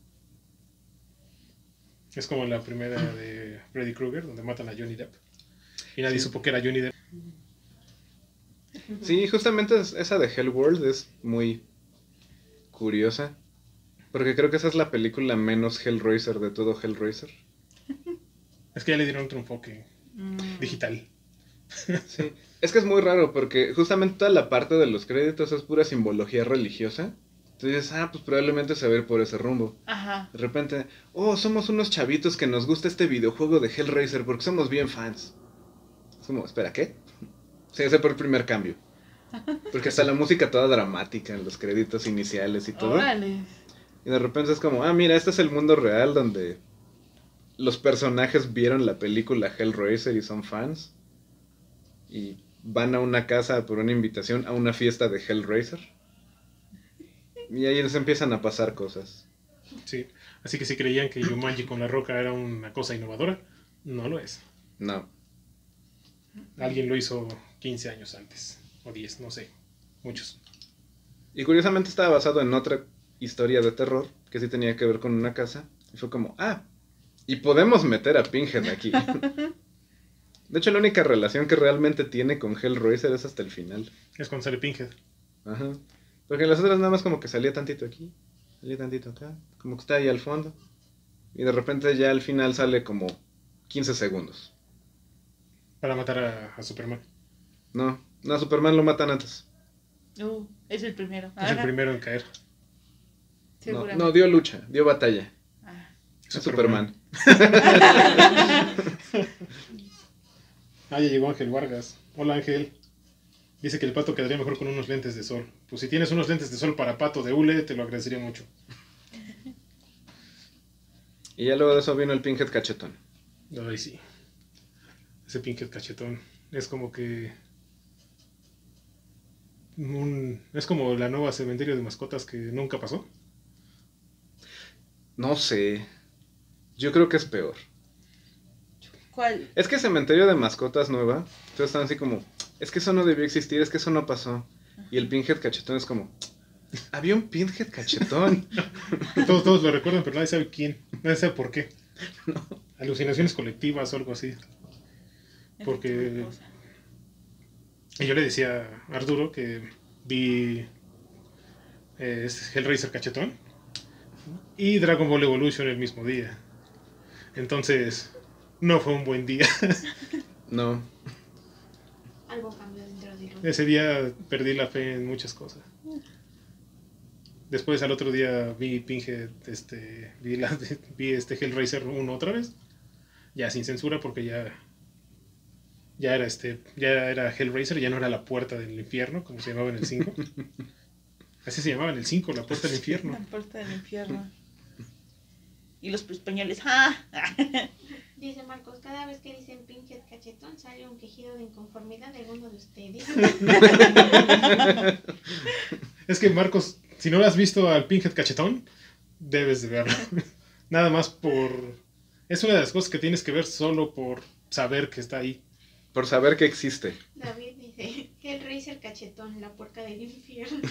Es como la primera de Freddy Krueger, donde matan a Johnny Depp. Y nadie Sí. supo que era Johnny Depp. Sí, justamente esa de Hellworld es muy curiosa. Porque creo que esa es la película menos Hellraiser de todo Hellraiser. Es que ya le dieron otro enfoque digital. Sí. Es que es muy raro porque justamente toda la parte de los créditos es pura simbología religiosa. Entonces, pues probablemente se va a ir por ese rumbo. Ajá. De repente, somos unos chavitos que nos gusta este videojuego de Hellraiser porque somos bien fans. Es como, espera, ¿qué? Sí, ese fue el primer cambio. Porque está la música toda dramática en los créditos iniciales y todo. Órale. Y de repente es como, mira, este es el mundo real donde los personajes vieron la película Hellraiser y son fans. Y van a una casa por una invitación a una fiesta de Hellraiser. Y ahí les empiezan a pasar cosas. Sí. Así que si creían que Jumanji con la roca era una cosa innovadora, no lo es. No. Alguien lo hizo 15 años antes. O 10, no sé. Muchos. Y curiosamente estaba basado en otra historia de terror que sí tenía que ver con una casa. Y fue como, y podemos meter a Pinhead aquí. De hecho, la única relación que realmente tiene con Hellraiser es hasta el final. Es cuando sale Pinhead. Ajá. Porque en las otras nada más como que salía tantito aquí, salía tantito acá, como que está ahí al fondo. Y de repente ya al final sale como 15 segundos. Para matar a Superman. No, a Superman lo matan antes. Es el primero. Es el primero en caer. Seguramente. No, dio lucha, dio batalla. Es Es Superman. Ya llegó Ángel Vargas. Hola, Ángel. Dice que el pato quedaría mejor con unos lentes de sol. Pues si tienes unos lentes de sol para pato de hule, te lo agradecería mucho. Y ya luego de eso vino el Pinhead cachetón. Ay, sí. Ese Pinhead cachetón. Es como que... Es como la nueva cementerio de mascotas que nunca pasó. No sé. Yo creo que es peor. ¿Cuál? Es que Cementerio de Mascotas nueva, todos están así como, es que eso no debió existir, es que eso no pasó. Y el Pinhead cachetón es como, había un Pinhead cachetón. Todos lo recuerdan, pero nadie sabe quién. Nadie sabe por qué. Alucinaciones colectivas o algo así. Porque... Y yo le decía a Arturo que vi Hellraiser cachetón y Dragon Ball Evolution el mismo día. Entonces, no fue un buen día. No. Algo cambió dentro de lo... Ese día perdí la fe en muchas cosas. Después al otro día vi Pinhead, vi Hellraiser 1 otra vez. Ya sin censura porque ya era Hellraiser, ya no era la puerta del infierno, como se llamaba en el 5. Así se llamaba en el 5, la puerta del infierno. La puerta del infierno. Y los españoles, Dice Marcos, cada vez que dicen Pinhead cachetón sale un quejido de inconformidad de alguno de ustedes. Es que Marcos, si no lo has visto al Pinhead cachetón, debes de verlo. Nada más por... Es una de las cosas que tienes que ver solo por saber que está ahí. Por saber que existe. David dice, Hellraiser cachetón, la puerca del infierno.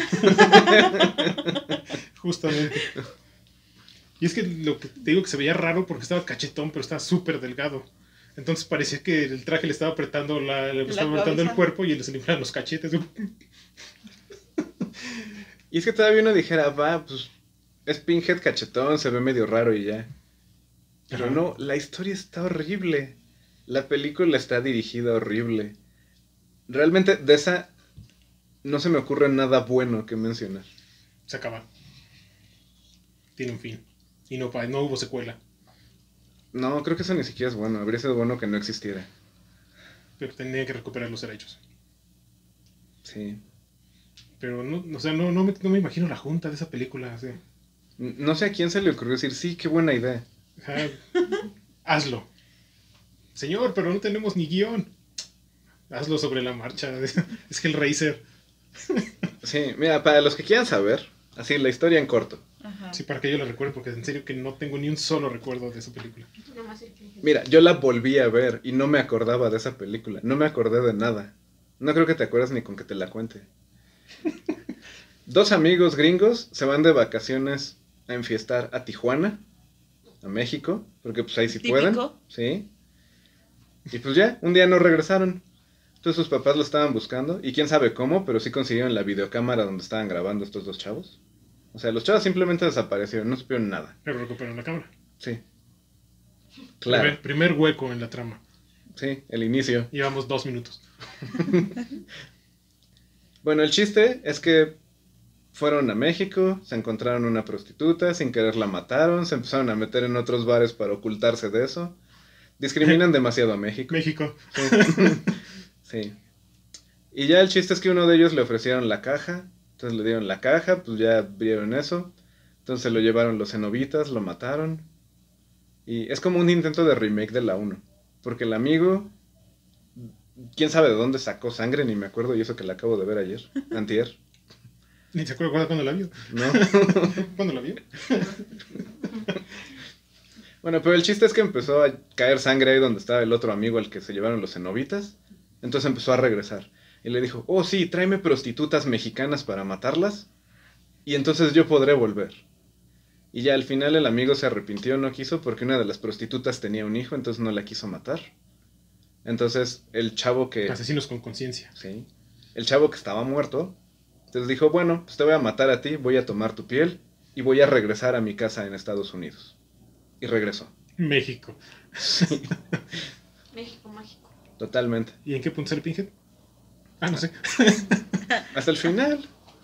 Justamente. Y es que lo que te digo que se veía raro porque estaba cachetón, pero estaba súper delgado. Entonces parecía que el traje le estaba apretando, el cuerpo y se le inflaban los cachetes. Y es que todavía uno dijera, pues es Pinhead cachetón, se ve medio raro y ya. Pero Ajá. no, la historia está horrible. La película está dirigida horrible. Realmente de esa no se me ocurre nada bueno que mencionar. Se acaba. Tiene un fin. Y no hubo secuela. No, creo que eso ni siquiera es bueno. Habría sido bueno que no existiera. Pero tenía que recuperar los derechos. Sí. Pero no, o sea, no me imagino la junta de esa película. Así. No sé a quién se le ocurrió decir, sí, qué buena idea. Ajá. Hazlo. Señor, pero no tenemos ni guión. Hazlo sobre la marcha. Es Hellraiser. Sí, mira, para los que quieran saber, así la historia en corto. Ajá. Sí, para que yo la recuerde, porque en serio que no tengo ni un solo recuerdo de esa película. Nada más el Pinhead. Mira, yo la volví a ver y no me acordaba de esa película. No me acordé de nada. No creo que te acuerdas ni con que te la cuente. Dos amigos gringos se van de vacaciones a enfiestar a Tijuana, a México, porque pues ahí sí Típico. pueden. Sí. Y pues ya, un día no regresaron. Entonces sus papás lo estaban buscando y quién sabe cómo, pero sí consiguieron la videocámara donde estaban grabando estos dos chavos. O sea, los chavos simplemente desaparecieron, no supieron nada. Pero recuperaron la cámara. Sí. Claro. Primer hueco en la trama. Sí, el inicio. Llevamos 2 minutos. Bueno, el chiste es que fueron a México, se encontraron una prostituta, sin querer la mataron, se empezaron a meter en otros bares para ocultarse de eso. Discriminan demasiado a México. México. Sí. Y ya el chiste es que uno de ellos le ofrecieron la caja, entonces le dieron la caja, pues ya vieron eso. Entonces se lo llevaron los cenobitas, lo mataron. Y es como un intento de remake de la 1. Porque el amigo, quién sabe de dónde sacó sangre, ni me acuerdo, y eso que la acabo de ver ayer, antier. Ni se acuerda cuándo la vio. ¿No? ¿Cuándo la vio? Bueno, pero el chiste es que empezó a caer sangre ahí donde estaba el otro amigo al que se llevaron los cenobitas. Entonces empezó a regresar. Y le dijo, oh sí, tráeme prostitutas mexicanas para matarlas. Y entonces yo podré volver. Y ya al final el amigo se arrepintió, no quiso, porque una de las prostitutas tenía un hijo, entonces no la quiso matar. Entonces el chavo que... Asesinos con conciencia. Sí. El chavo que estaba muerto, entonces dijo, bueno, pues te voy a matar a ti, voy a tomar tu piel y voy a regresar a mi casa en Estados Unidos. Y regresó. México. México mágico. Totalmente. ¿Y en qué punto sale Pinhead? Ah, no sé. Hasta el final.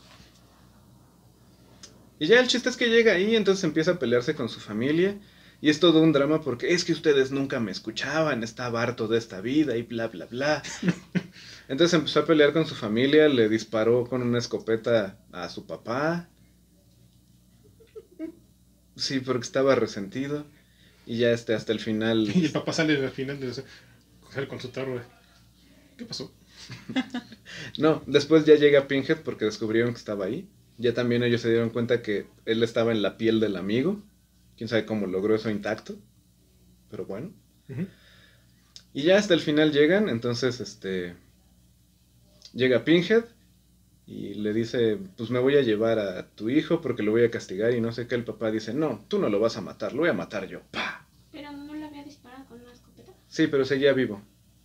Y ya el chiste es que llega ahí, entonces empieza a pelearse con su familia. Y es todo un drama porque es que ustedes nunca me escuchaban, estaba harto de esta vida y bla, bla, bla. Entonces empezó a pelear con su familia, le disparó con una escopeta a su papá. Sí, porque estaba resentido. Y ya hasta el final... Y el papá sale al final, sale con su tarro. ¿Qué pasó? No, después ya llega Pinhead porque descubrieron que estaba ahí. Ya también ellos se dieron cuenta que él estaba en la piel del amigo. Quién sabe cómo logró eso intacto. Pero bueno. Uh-huh. Y ya hasta el final llegan. Entonces, llega Pinhead. Y le dice, pues me voy a llevar a tu hijo porque lo voy a castigar. Y no sé qué, el papá dice, no, tú no lo vas a matar, lo voy a matar yo. ¡Pah! Pero no le había disparado con una escopeta. Sí, pero seguía vivo.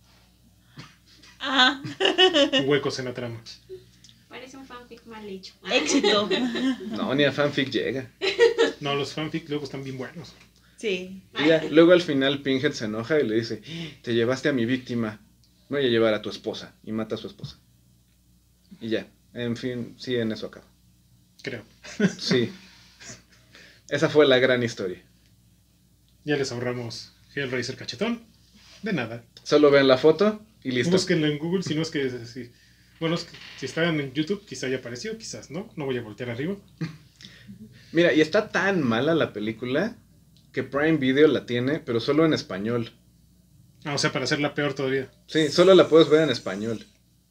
Ah, Huecos en la trama. Parece un fanfic mal hecho. éxito. No, ni a fanfic llega. No, los fanfic luego están bien buenos. Sí. Y ya, luego al final Pinhead se enoja y le dice, te llevaste a mi víctima, voy a llevar a tu esposa. Y mata a su esposa. Y ya, en fin, sí, en eso acaba. Creo. Sí. Esa fue la gran historia. Ya les ahorramos Hellraiser cachetón. De nada. Solo ven la foto y listo. Búsquenlo en Google, si no es que... Bueno, es que si están en YouTube, quizá ya apareció, quizás no. No voy a voltear arriba. Mira, y está tan mala la película que Prime Video la tiene, pero solo en español. Ah, o sea, para hacerla peor todavía. Sí, solo la puedes ver en español.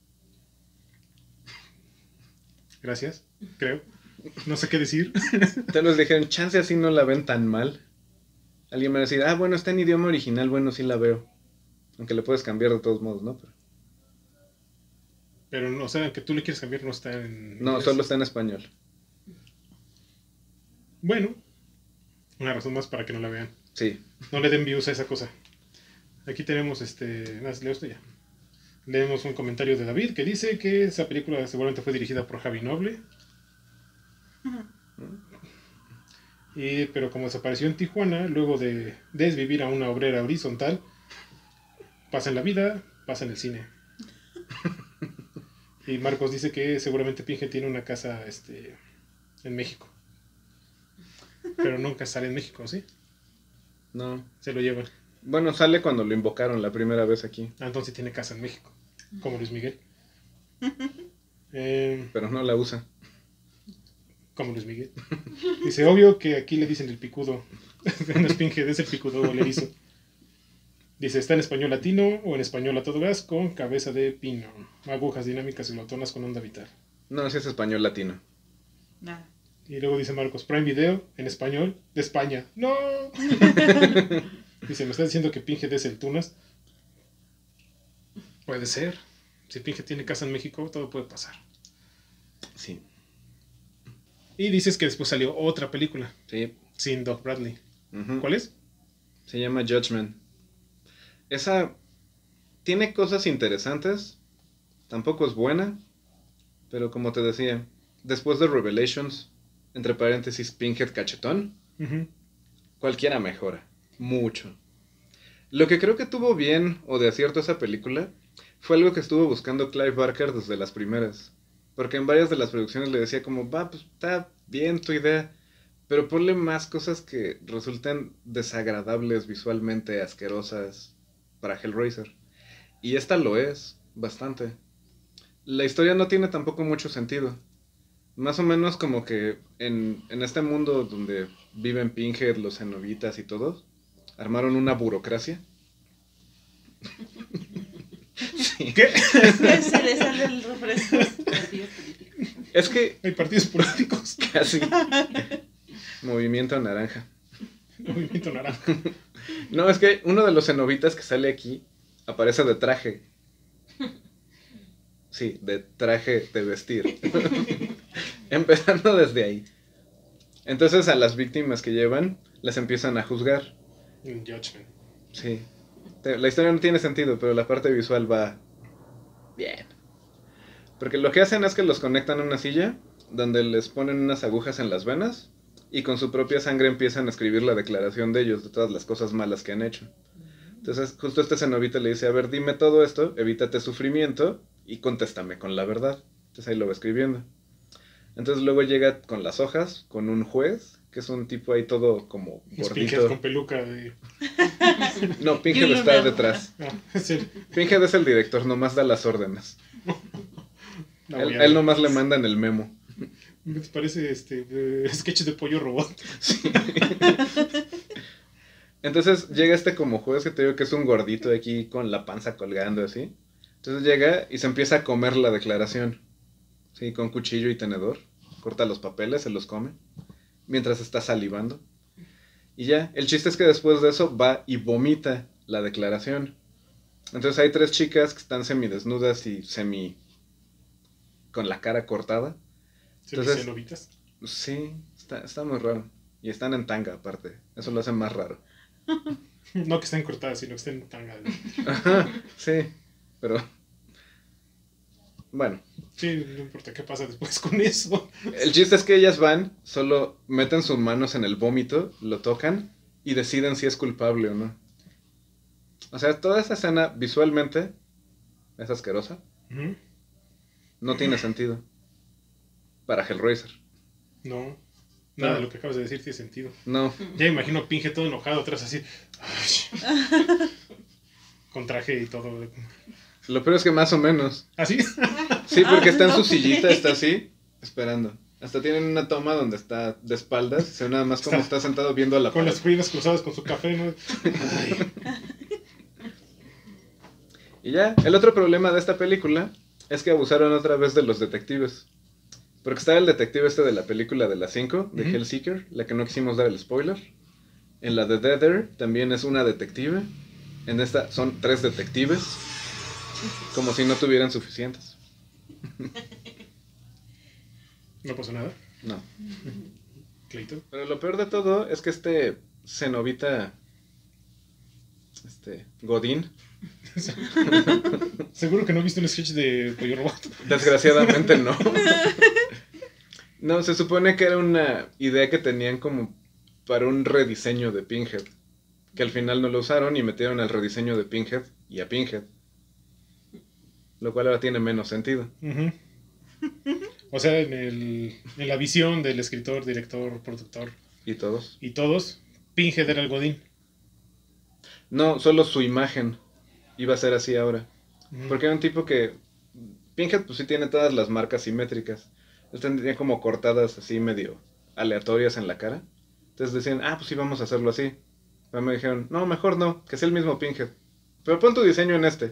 Gracias, creo. No sé qué decir. Te los dijeron, chance así no la ven tan mal. Alguien me va a decir, bueno, está en idioma original, bueno, sí la veo. Aunque le puedes cambiar de todos modos, ¿no? Pero no, o sea, que tú le quieres cambiar no está en... No, inglés. solo está en español. Bueno, una razón más para que no la vean. Sí. No le den views a esa cosa. Aquí tenemos leo esto ya. Leemos un comentario de David que dice que esa película seguramente fue dirigida por Javi Noble. Pero como desapareció en Tijuana, luego de desvivir a una obrera horizontal, pasa en la vida, pasa en el cine. Y Marcos dice que seguramente Pinhead tiene una casa en México. Pero nunca sale en México, ¿sí? No. Se lo llevan. Bueno, sale cuando lo invocaron la primera vez aquí. Ah, entonces tiene casa en México. Como Luis Miguel. Pero no la usa. Como Luis Miguel. Dice, obvio que aquí le dicen el picudo. No es Pinhead, es el picudo bolerizo. Dice, está en español latino o en español a todo gas con cabeza de pino. Agujas dinámicas y glotonas con onda vital. No, sí es español latino. Nada. Y luego dice Marcos, Prime Video en español de España. ¡No! Dice, ¿me está diciendo que Pinhead es el Tunas? Puede ser. Si Pinhead tiene casa en México, todo puede pasar. Sí. Y dices que después salió otra película Sí. sin Doc Bradley. Ujú. ¿Cuál es? Se llama Judgment. Esa tiene cosas interesantes. Tampoco es buena. Pero como te decía, después de Revelations, entre paréntesis, Pinhead cachetón, Ujú. cualquiera mejora. Mucho. Lo que creo que tuvo bien o de acierto esa película fue algo que estuvo buscando Clive Barker desde las primeras. Porque en varias de las producciones le decía como, va, pues está bien tu idea, pero ponle más cosas que resulten desagradables visualmente, asquerosas para Hellraiser. Y esta lo es, bastante. La historia no tiene tampoco mucho sentido. Más o menos como que en este mundo donde viven Pinhead, los cenobitas y todos, armaron una burocracia. Sí. ¿Qué? Se le sale el refresco. Partidos políticos. Es que Hay partidos políticos. casi. Movimiento naranja. Movimiento naranja. No, es que uno de los cenobitas que sale aquí aparece de traje. Sí, de traje de vestir. Empezando desde ahí. Entonces a las víctimas que llevan las empiezan a juzgar. En Judgment. Sí. La historia no tiene sentido, pero la parte visual va bien. Porque lo que hacen es que los conectan a una silla donde les ponen unas agujas en las venas y con su propia sangre empiezan a escribir la declaración de ellos, de todas las cosas malas que han hecho. Entonces justo este cenobita le dice, a ver, dime todo esto, evítate sufrimiento y contéstame con la verdad. Entonces ahí lo va escribiendo. Entonces luego llega con las hojas, con un juez, que es un tipo ahí todo como Es Pinhead gordito. con peluca de... No, Pinhead está detrás. Ah, es el... Pinhead es el director, nomás da las órdenes. No, Él, voy a él ver. nomás le mandan el memo. Me parece sketch de pollo robot. Entonces llega este como juez que te digo que es un gordito aquí con la panza colgando así. Entonces llega y se empieza a comer la declaración. Sí, con cuchillo y tenedor. Corta los papeles, se los come. Mientras está salivando. Y ya, el chiste es que después de eso va y vomita la declaración. Entonces hay 3 chicas que están semidesnudas y con la cara cortada. Entonces- Cenobitas. Sí, está muy raro. Y están en tanga aparte. Eso lo hace más raro. No que estén cortadas, sino que estén tanga. Ajá, sí, pero... Bueno, Sí, no importa qué pasa después con eso. el chiste es que ellas van, solo meten sus manos en el vómito, lo tocan y deciden si es culpable o no. O sea, toda esa escena visualmente es asquerosa. Ujú. No tiene sentido. Para Hellraiser. No. Nada de No. lo que acabas de decir tiene sentido. No, Ya me imagino a Pinhead todo enojado atrás así. Ay. Con traje y todo. lo peor es que más o menos. ¿Así? Sí, porque está en no, su sí. sillita, está así, esperando. Hasta tienen una toma donde está de espaldas, se ve nada más como está sentado viendo a la Con pared. las piernas cruzadas con su café, ¿no? Ay. Y ya, el otro problema de esta película es que abusaron otra vez de los detectives. Porque estaba el detective este de la película de las 5, de Ujú. Hellseeker, la que no quisimos dar el spoiler. En la de Deader también es una detective. En esta son 3 detectives. Como si no tuvieran suficientes. No pasó nada. No. Clayton. Pero lo peor de todo es que este cenobita... Godín... Seguro que no viste un sketch de Pollo Robot. Desgraciadamente no. No, se supone que era una idea que tenían como para un rediseño de Pinhead. Que al final no lo usaron y metieron el rediseño de Pinhead y a Pinhead. Lo cual ahora tiene menos sentido. Ujú. O sea, en la visión del escritor, director, productor ¿Y todos? y todos, Pinhead era el Godín. No, solo su imagen iba a ser así ahora. Ujú. Porque era un tipo que... Pinhead pues sí tiene todas las marcas simétricas. Él tenía como cortadas así medio aleatorias en la cara. Entonces decían, pues sí, vamos a hacerlo así. Pero me dijeron, no, mejor no, que sea el mismo Pinhead. Pero pon tu diseño en este.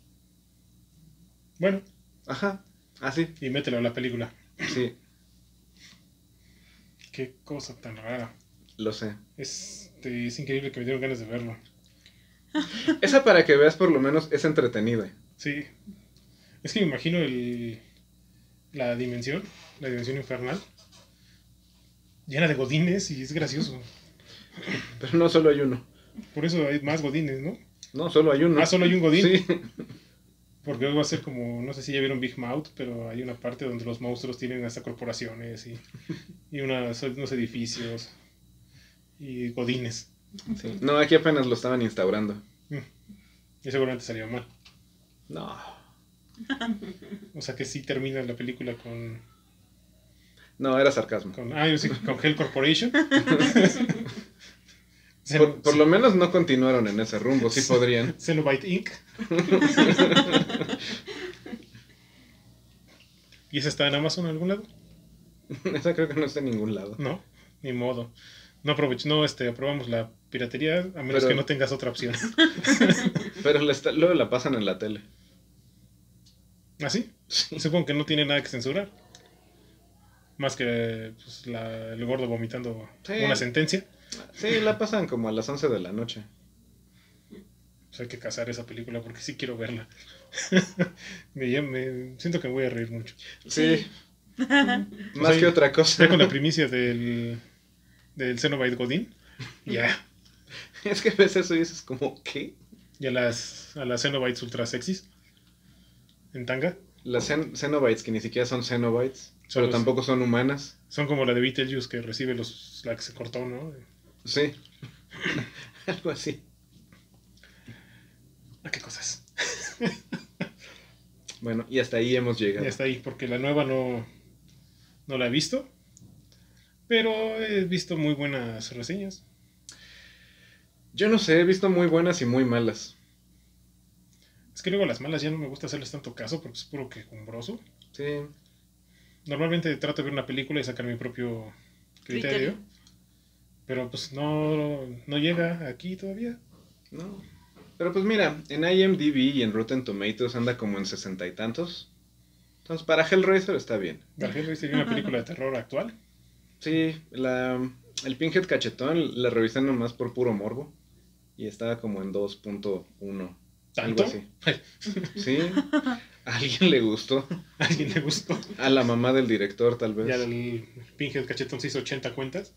Bueno, Ajá, así, y mételo a la película. sí, Qué cosa tan rara. lo sé. Es increíble que me dieron ganas de verlo. Esa para que veas por lo menos es entretenida. Sí. Es que me imagino la dimensión infernal, llena de godines y es gracioso. Pero no solo hay uno. Por eso hay más godines, ¿no? No, solo hay uno. Solo hay un godín. Sí, Porque luego va a ser como, no sé si ya vieron Big Mouth, pero hay una parte donde los monstruos tienen hasta corporaciones y unos edificios y godines. sí. No, aquí apenas lo estaban instaurando. Y seguramente salió mal. No. O sea que sí termina la película con No, era sarcasmo. con Hell Corporation. Por lo menos no continuaron en ese rumbo, sí podrían. Cenobite Inc. ¿Y esa está en Amazon en algún lado? Esa creo que no está en ningún lado. No, ni modo. No aprobamos la piratería a menos Pero- que no tengas otra opción. Pero luego la pasan en la tele. ¿Ah, sí? Sí. Supongo que no tiene nada que censurar. Más que pues, el gordo vomitando Sí. una sentencia. Sí, la pasan como a las 11 de la noche. Pues hay que cazar esa película porque sí quiero verla. Siento que me voy a reír mucho. Sí. Más Pues que ahí- otra Ya cosa. con la primicia del Cenobite Godín. Ya. Es que ves eso y dices como, ¿qué? Y a las Cenobites ultra sexys. En tanga. Las Cenobites, que ni siquiera son Cenobites, Son pero los- tampoco son humanas. Son como la de Beetlejuice que recibe la que se cortó, ¿no? Sí. Algo así. ¿Qué cosas? Bueno, y hasta ahí hemos llegado. Ya está ahí, porque la nueva no la he visto. Pero he visto muy buenas reseñas. Yo no sé, he visto muy buenas y muy malas. Es que luego las malas ya no me gusta hacerles tanto caso porque es puro quejumbroso. Sí. Normalmente trato de ver una película y sacar mi propio criterio. Pero pues no llega aquí todavía. No. Pero pues mira, en IMDb y en Rotten Tomatoes anda como en 60 y tantos. Entonces para Hellraiser está bien. Garfield sería una película de terror actual. Sí, el Pinhead cachetón la revisé nomás por puro morbo. Y estaba como en 2.1. ¿Tanto? Algo así. Sí. A alguien le gustó. ¿A alguien le gustó? A la mamá del director, tal vez. Ya el Pinhead cachetón se hizo 80 cuentas.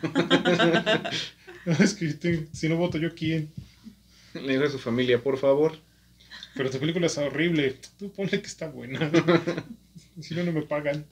Es que si no voto yo, ¿quién? Le dijo a su familia, por favor. Pero tu película está horrible. Tú ponle que está buena. Si no, no me pagan.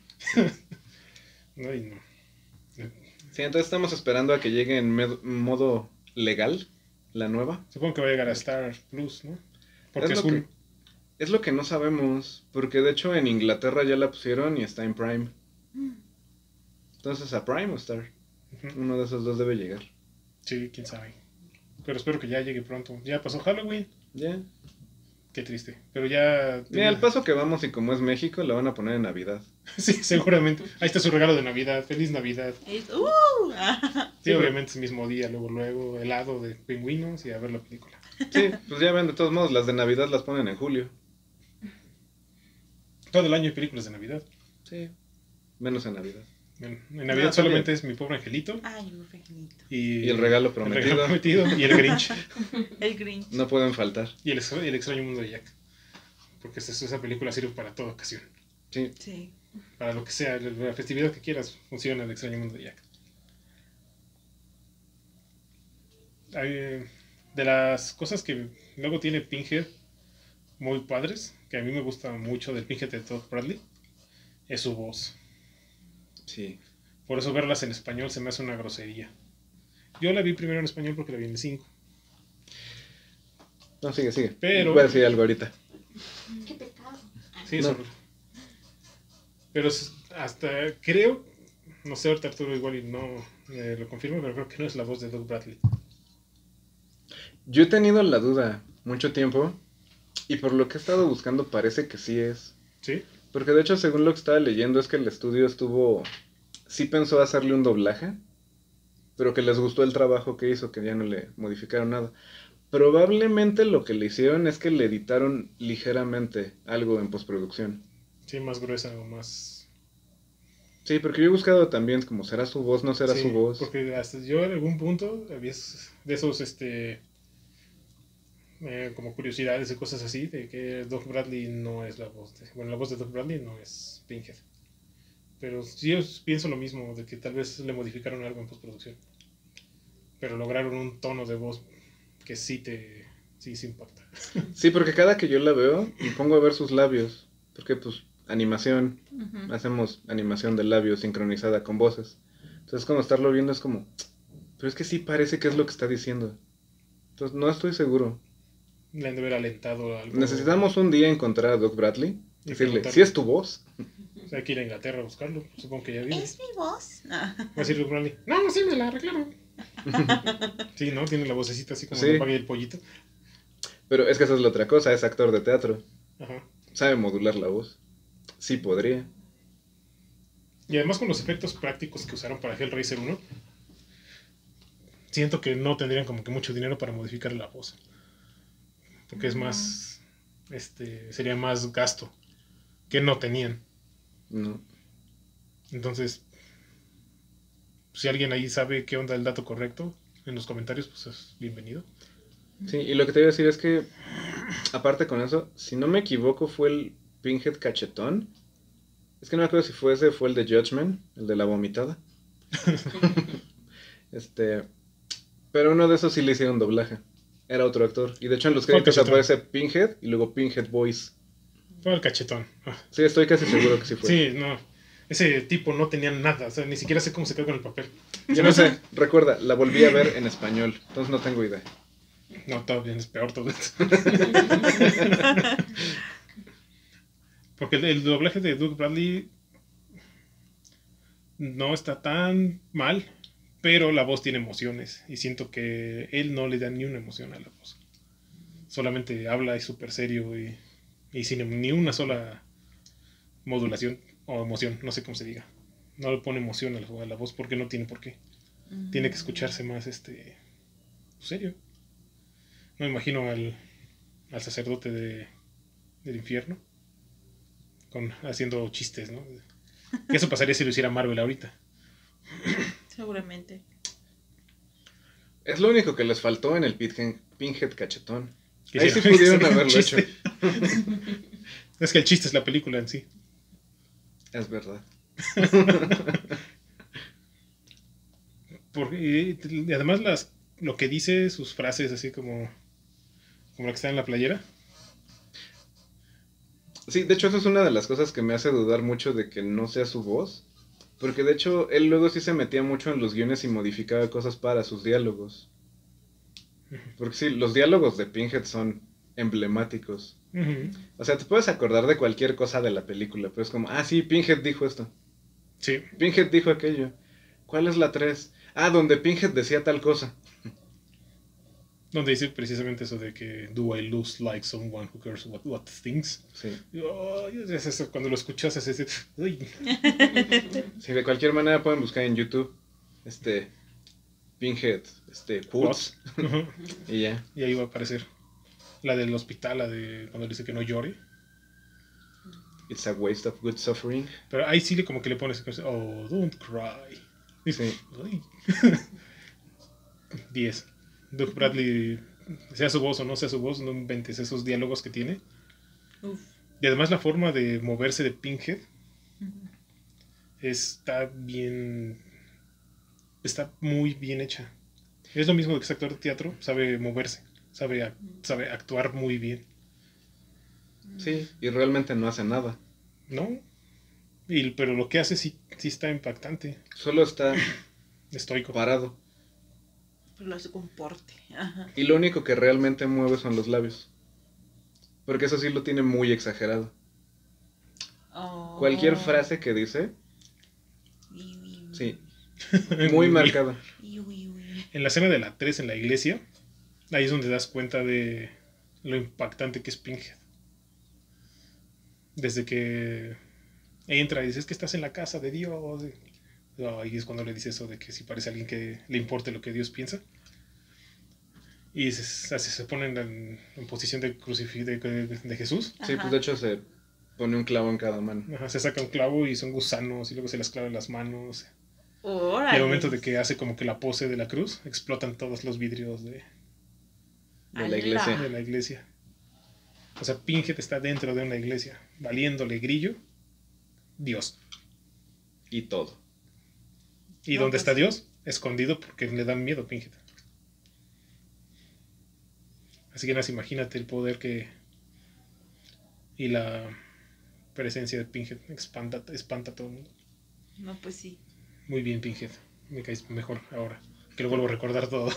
Ay, no. Sí, entonces estamos esperando a que llegue en modo legal la nueva. Supongo que va a llegar a Star Plus, ¿no? Porque Es es lo Hulu. Es lo que no sabemos, porque de hecho en Inglaterra ya la pusieron y está en Prime. Entonces, ¿a Prime o Star? Ujú. Uno de esos dos debe llegar. Sí, quién sabe. Pero espero que ya llegue pronto. Ya pasó Halloween. Ya. Qué triste. Pero ya... Mira, al paso que vamos y como es México, la van a poner en Navidad. Sí, seguramente. Ahí está su regalo de Navidad. Feliz Navidad. Es- Sí, obviamente es el mismo día, luego helado de pingüinos y a ver la película. Sí, pues ya ven, de todos modos, las de Navidad las ponen en julio. Todo el año hay películas de Navidad. Sí. Menos en Navidad. En Navidad está solamente es Mi Pobre Angelito Ay, mi pequeñito. Y el regalo prometido. Y el Grinch. El Grinch. No pueden faltar. Y el extraño mundo de Jack. Porque esa película sirve para toda ocasión. Sí. Sí. Para lo que sea, la festividad que quieras, funciona el extraño mundo de Jack. De las cosas que luego tiene Pinhead muy padres, que a mí me gusta mucho del Pinhead de Todd Bradley, es su voz. Sí. Por eso verlas en español se me hace una grosería. Yo la vi primero en español porque la vi en el 5. No, sigue. Pero... Voy a decir algo ahorita. Qué pecado. Sí, No. Pero hasta creo, no sé, ahorita Arturo igual y no lo confirma, pero creo que no es la voz de Doug Bradley. Yo he tenido la duda mucho tiempo y por lo que he estado buscando parece que sí es. ¿Sí? Porque de hecho, según lo que estaba leyendo, es que el estudio sí pensó hacerle un doblaje, pero que les gustó el trabajo que hizo, que ya no le modificaron nada. Probablemente lo que le hicieron es que le editaron ligeramente algo en postproducción. Sí, más gruesa o más... Sí, porque yo he buscado también como será su voz, no será Sí, su voz. porque hasta yo en algún punto había de esos, como curiosidades y cosas así, de que Doug Bradley no es la voz bueno, la voz de Doug Bradley no es Pinhead. Pero sí, yo pienso lo mismo, de que tal vez le modificaron algo en postproducción. Pero lograron un tono de voz que sí se impacta. Sí, porque cada que yo la veo, me pongo a ver sus labios. Porque pues animación, hacemos animación de labios sincronizada con voces. Entonces como estarlo viendo es como, pero es que sí parece que es lo que está diciendo. Entonces no estoy seguro. Le han de haber alentado algo. Necesitamos un día encontrar a Doug Bradley y decirle, preguntarle. ¿sí es tu voz? O sea, hay que ir a Inglaterra a buscarlo. Supongo que ya viene. ¿Es mi voz? Va a decir Doug Bradley, no, sí me la arreglaron. Sí, ¿no? Tiene la vocecita así como Sí. la paga y el pollito. Pero es que esa es la otra cosa, es actor de teatro. Ajá. Sabe modular la voz. Sí podría. Y además con los efectos prácticos que usaron para Hellraiser 1, siento que no tendrían como que mucho dinero para modificar la voz. Porque es más, sería más gasto que no tenían. No. Entonces, si alguien ahí sabe qué onda el dato correcto, en los comentarios, pues es bienvenido. Sí, y lo que te iba a decir es que, aparte con eso, si no me equivoco, fue el Pinhead cachetón. Es que no me acuerdo si fue ese, fue el de Judgment, el de la vomitada. Pero uno de esos sí le hicieron doblaje. Era otro actor. Y de hecho en los créditos cachetón? aparece Pinhead y luego Pinhead Voice. Fue el cachetón. Ah, Sí, estoy casi seguro que sí fue. sí, no. Ese tipo no tenía nada, o sea, ni siquiera sé cómo se quedó con el papel. Yo no sé, recuerda, la volví a ver en español, entonces no tengo idea. No, todavía es peor todo esto. Porque el doblaje de Doug Bradley no está tan mal, pero la voz tiene emociones y siento que él no le da ni una emoción a la voz. Solamente habla, es súper serio y sin ni una sola modulación o emoción, no sé cómo se diga. No le pone emoción a la voz porque no tiene por qué. Tiene que escucharse más serio. No me imagino al sacerdote del infierno haciendo chistes, ¿no? Que eso pasaría si lo hiciera Marvel ahorita. Seguramente. Es lo único que les faltó en el Pinhead cachetón. Que Ahí sí, sí pudieron sería un haberlo hecho. chiste. Es que el chiste es la película en sí. Es verdad. Y además lo que dice, sus frases así como la que está en la playera. Sí, de hecho eso es una de las cosas que me hace dudar mucho de que no sea su voz. Porque de hecho él luego sí se metía mucho en los guiones y modificaba cosas para sus diálogos. Porque sí, los diálogos de Pinhead son emblemáticos. Uh-huh. O sea, te puedes acordar de cualquier cosa de la película, pero es como, ah, sí, Pinhead dijo esto. Sí. Pinhead dijo aquello. ¿Cuál es la 3? Ah, donde Pinhead decía tal cosa. Donde dice precisamente eso de que do I lose like someone who cares what thinks. Sí. Es eso, cuando lo escuchas es ese. Uy. Sí, de cualquier manera pueden buscar en YouTube Pinhead, quotes. Uh-huh. Y ya. Y ahí va a aparecer la del hospital, la de cuando dice que no llore. It's a waste of good suffering. Pero ahí sí como que le pones, oh, don't cry. Sí. Uy. 10. Doug Bradley, sea su voz o no sea su voz, no inventes esos diálogos que tiene. Uf. Y además la forma de moverse de Pinhead está muy bien hecha. Es lo mismo de que es actor de teatro, sabe moverse, sabe actuar muy bien. Sí, y realmente no hace nada. ¿No? Pero lo que hace sí está impactante. Solo está Estoico. parado. Pero lo hace con porte. Ajá. Y lo único que realmente mueve son los labios. Porque eso sí lo tiene muy exagerado. Oh. Cualquier frase que dice, Uy, uy, uy. sí, muy marcado. Uy, uy, uy. En la escena de la 3 en la iglesia, ahí es donde das cuenta de lo impactante que es Pinhead. Desde que entra y dices que estás en la casa de Dios. Ahí es cuando le dice eso de que si parece alguien que le importe lo que Dios piensa. Y se ponen en posición de de Jesús. Sí, Ajá. pues de hecho se pone un clavo en cada mano. Ajá, se saca un clavo y son gusanos y luego se las clava en las manos. Y Órale. al momento de que hace como que la pose de la cruz, explotan todos los vidrios De ¡Hala! la iglesia. de la iglesia. O sea, Pinhead está dentro de una iglesia, valiéndole grillo Dios. Y todo. ¿Y No, dónde pues está sí. Dios? Escondido porque le dan miedo a Pinhead. Así que nada, imagínate el poder que y la presencia de Pinhead espanta a todo el mundo. No, pues sí. Muy bien, Pinhead. Me caes mejor ahora, que lo vuelvo a recordar todo.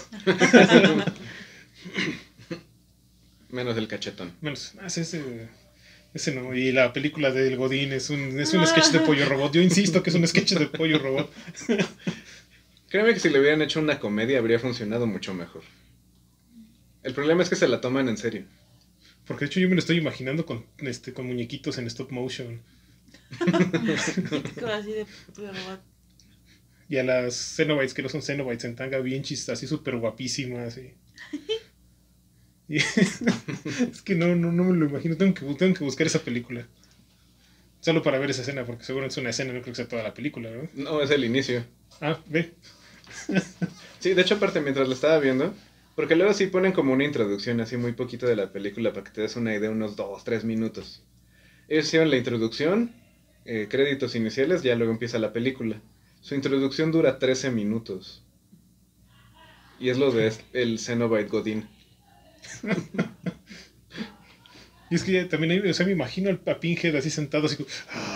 Menos el cachetón. Menos, ese no. Y la película del Godín es un sketch de Pollo Robot. Yo insisto que es un sketch de Pollo Robot. Créeme que si le hubieran hecho una comedia habría funcionado mucho mejor. El problema es que se la toman en serio. Porque de hecho yo me lo estoy imaginando con muñequitos en stop motion. Como así de robot. Y a las Cenobites, que no son Cenobites, en tanga bien chistas, así súper guapísimas. Y es que no me lo imagino. Tengo que buscar esa película. Solo para ver esa escena, porque seguro es una escena, no creo que sea toda la película, ¿verdad? No, es el inicio. Ah, ve. Sí, de hecho, aparte, mientras la estaba viendo, porque luego sí ponen como una introducción, así muy poquito de la película, para que te des una idea, unos 2-3 minutos. Ellos hicieron la introducción, créditos iniciales, ya luego empieza la película. Su introducción dura 13 minutos. Y es lo de el Cenobite Godín. Y es que también o sea, me imagino a Pinhead así sentado, así como,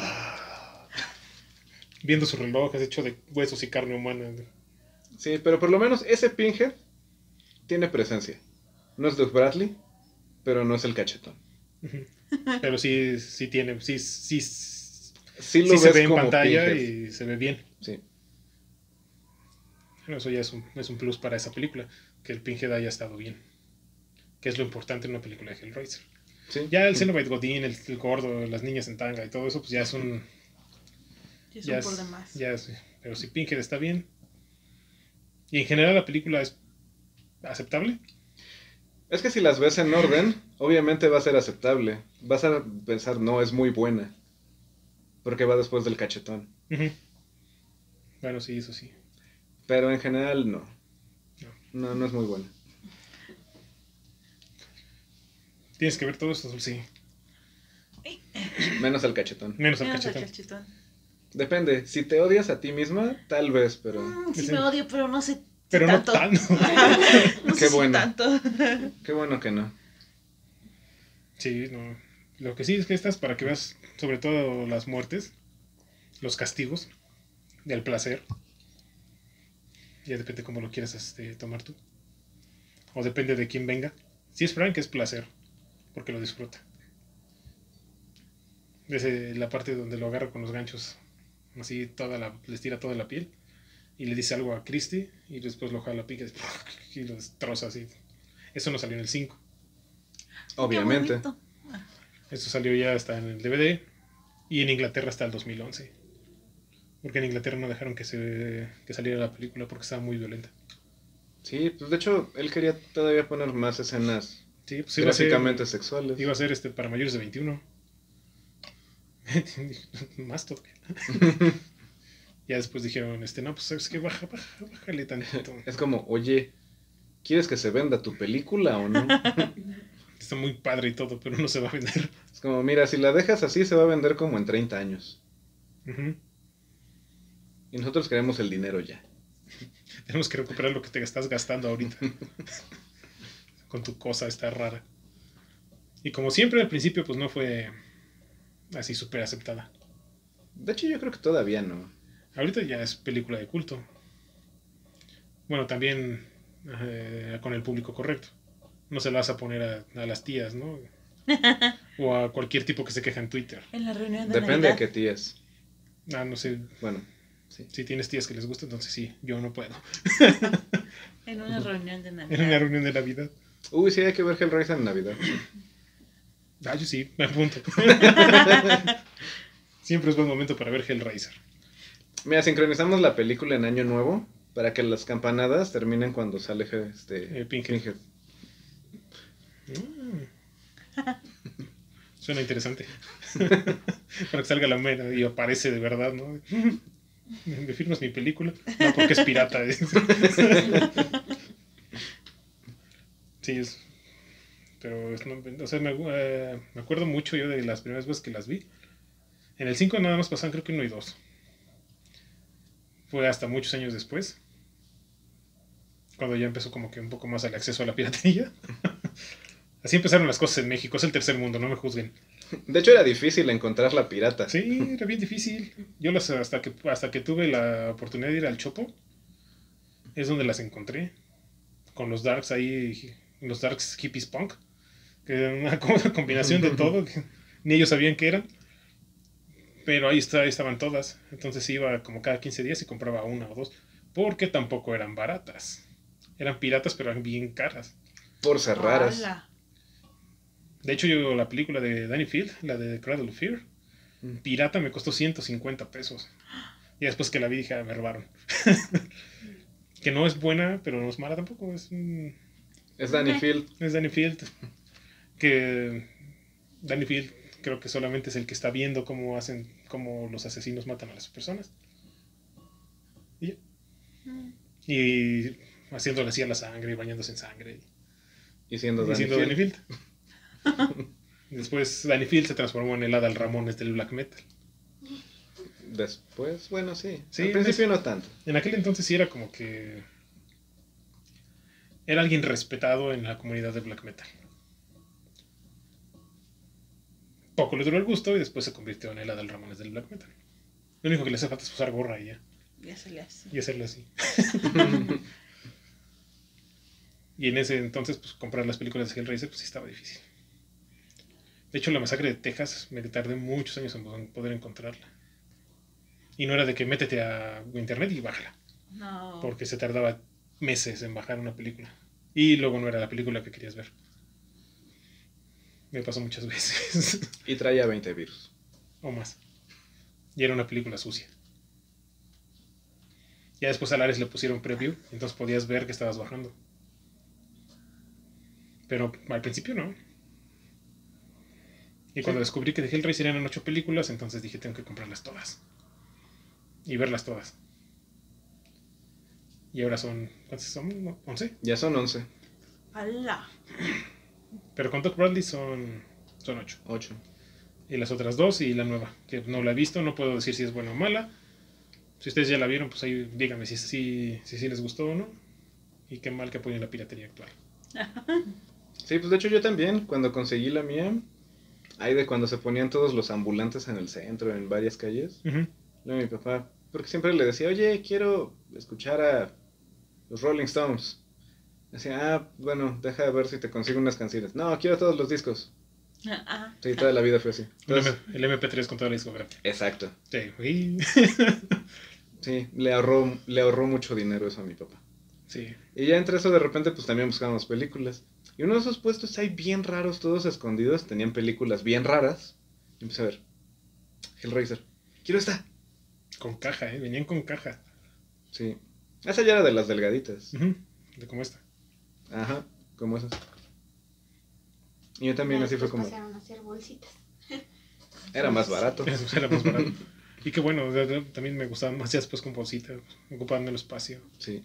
viendo su reloj, es hecho de huesos y carne humana. Sí, pero por lo menos ese Pinhead tiene presencia. No es Doug Bradley, pero no es el cachetón. Pero sí tiene, sí Sí lo se ves ve en como pantalla Pinhead. y se ve bien. Sí. Bueno, eso ya es un plus para esa película, que el Pinhead haya estado bien. Que es lo importante en una película de Hellraiser. Sí. Ya el Cenobite Godín, el gordo, las niñas en tanga y todo eso, pues ya es un... Sí, ya son por es- demás. ya es- pero si Pinhead está bien. Y en general la película es aceptable. Es que si las ves en orden, obviamente va a ser aceptable. Vas a pensar, no, es muy buena. Porque va después del cachetón. Ujú. Bueno, sí, eso sí. Pero en general, no. No es muy buena. Tienes que ver todo esto, sí. Menos el cachetón. Menos el Menos el cachetón. cachetón. Depende. Si te odias a ti misma, tal vez, pero... Sí Sí. me odio, pero no sé Pero no tanto. tanto. No Qué sé si bueno. tanto. Qué bueno que no. Sí, no. Lo que sí es que estas, para que veas sobre todo las muertes, los castigos, del placer. Ya depende cómo lo quieras tomar tú. O depende de quién venga. Si es Frank, es placer, porque lo disfruta. Desde la parte donde lo agarra con los ganchos, así les tira toda la piel. Y le dice algo a Christy, y después lo jala a pica y lo destroza así. Eso no salió en el 5. Obviamente. Qué bonito. Esto salió ya hasta en el DVD y en Inglaterra hasta el 2011. Porque en Inglaterra no dejaron que saliera la película porque estaba muy violenta. Sí, pues de hecho, él quería todavía poner más escenas Sí, pues gráficamente sexuales. iba a ser para mayores de 21. Más todavía. Ya después dijeron, no, pues es que bájale tantito. Es como, oye, ¿quieres que se venda tu película o no? Está muy padre y todo, pero no se va a vender. Es como, mira, si la dejas así se va a vender como en 30 años. Ujú. Y nosotros queremos el dinero ya. Tenemos que recuperar lo que te estás gastando ahorita. Con tu cosa esta rara. Y como siempre al principio pues no fue así súper aceptada. De hecho, yo creo que todavía no. Ahorita ya es película de culto. Bueno, también con el público correcto. No se la vas a poner a las tías, ¿no? O a cualquier tipo que se queja en Twitter. En la reunión de Depende de Navidad. qué tías. Ah, no sé. Bueno, sí. Si tienes tías que les gusta, entonces sí, yo no puedo. En una reunión de En una Navidad. reunión de Navidad. Uy, sí, hay que ver Hellraiser en Navidad. Ah, yo sí, me apunto. Siempre es buen momento para ver Hellraiser. Mira, sincronizamos la película en Año Nuevo para que las campanadas terminen cuando sale Pinhead. Suena interesante. Para que salga la mera y aparece de verdad, ¿no? ¿Me firmas mi película? No, porque es pirata. Sí, es. Pero, o sea, me acuerdo mucho yo de las primeras veces que las vi. En el 5 nada más pasaban, creo que 1 y 2. Fue hasta muchos años después, cuando ya empezó como que un poco más el acceso a la piratería. Así empezaron las cosas en México. Es el tercer mundo, no me juzguen. De hecho, era difícil encontrar la pirata. Sí, era bien difícil. Yo hasta que tuve la oportunidad de ir al Chopo, es donde las encontré. Con los darks ahí, los darks hippies punk. Que era una combinación de todo. Que ni ellos sabían qué eran. Pero ahí estaban todas. Entonces iba como cada 15 días y compraba una o dos. Porque tampoco eran baratas. Eran piratas, pero eran bien caras. Por ser raras. ¡Hala! De hecho, yo la película de Danny Field, la de Cradle of Fear, pirata me costó 150 pesos. Y después que la vi dije, me robaron. Que no es buena, pero no es mala tampoco. Es Danny Field. Es Danny Field. Que Danny Field creo que solamente es el que está viendo cómo los asesinos matan a las personas. Y ya. Y haciéndole así a la sangre, y bañándose en sangre. Y siendo Y siendo Danny Danny Field. Field. Después Danny Field se transformó en el Adal Ramones del black metal. Después, bueno, sí. Sí, Al principio no tanto. En aquel entonces sí era como que era alguien respetado en la comunidad de black metal. Poco le duró el gusto y después se convirtió en el Adal Ramones del black metal. Lo único que le hace falta es usar gorra y ya. Ya se le hace. Y hacerlo así. Y en ese entonces, pues comprar las películas de Hellraiser, pues sí estaba difícil. De hecho, la masacre de Texas me tardé muchos años en poder encontrarla. Y no era de que métete a internet y bájala. No. Porque se tardaba meses en bajar una película. Y luego no era la película que querías ver. Me pasó muchas veces. Y traía 20 virus. O más. Y era una película sucia. Ya después a Lares le pusieron preview, entonces podías ver que estabas bajando. Pero al principio no. Y cuando descubrí que de Hellraiser eran 8 películas, entonces dije, tengo que comprarlas todas. Y verlas todas. Y ahora son... ¿Cuántas son? ¿11? Ya son 11. ¡Hala! Pero con Doc Bradley son 8. 8. Y las otras 2 y la nueva, que no la he visto, no puedo decir si es buena o mala. Si ustedes ya la vieron, pues ahí díganme si les gustó o no. Y qué mal que apoyen la piratería actual. Sí, pues de hecho yo también, cuando conseguí la mía, ahí de cuando se ponían todos los ambulantes en el centro, en varias calles, luego mi papá, porque siempre le decía, oye, quiero escuchar a los Rolling Stones. Decía, bueno, deja de ver si te consigo unas canciones. No, quiero todos los discos. Sí, toda la vida fue así. Entonces, El MP3 con toda la discografía. exacto. Sí, Sí, le ahorró mucho dinero eso a mi papá. sí. Y ya entre eso de repente pues también buscábamos películas. Y uno de esos puestos ahí bien raros, todos escondidos, tenían películas bien raras. Y empecé a ver, Hellraiser, quiero esta. Con caja, venían con caja. Sí, esa ya era de las delgaditas. De como esta. Ajá, como esas. Y yo también así fue como... Pasaron a hacer bolsitas. Era más barato. Eso era más barato. Y que bueno, también me gustaban más ya después con bolsita, ocupaban menos espacio. Sí.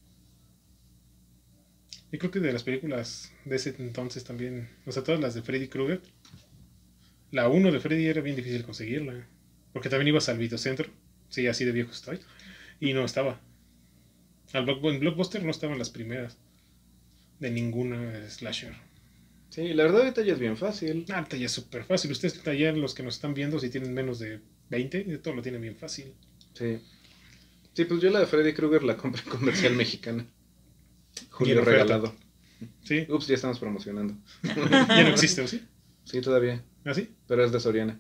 Y creo que de las películas de ese entonces también, o sea, todas las de Freddy Krueger, la 1 de Freddy era bien difícil conseguirla. Porque también ibas al videocentro, sí, así de viejo estoy, y no estaba. En Blockbuster no estaban las primeras de ninguna slasher. Sí, la verdad ahorita ya es bien fácil. Ahorita ya es súper fácil. Ustedes ya los que nos están viendo, si tienen menos de 20, todo lo tienen bien fácil. Sí. Sí, pues yo la de Freddy Krueger la compré en Comercial Mexicana. Julio oferta. regalado. Sí, Ups, ya estamos promocionando. ya no existe, ¿o sí? Sí, todavía. ¿Ah, sí? Pero es de Soriana.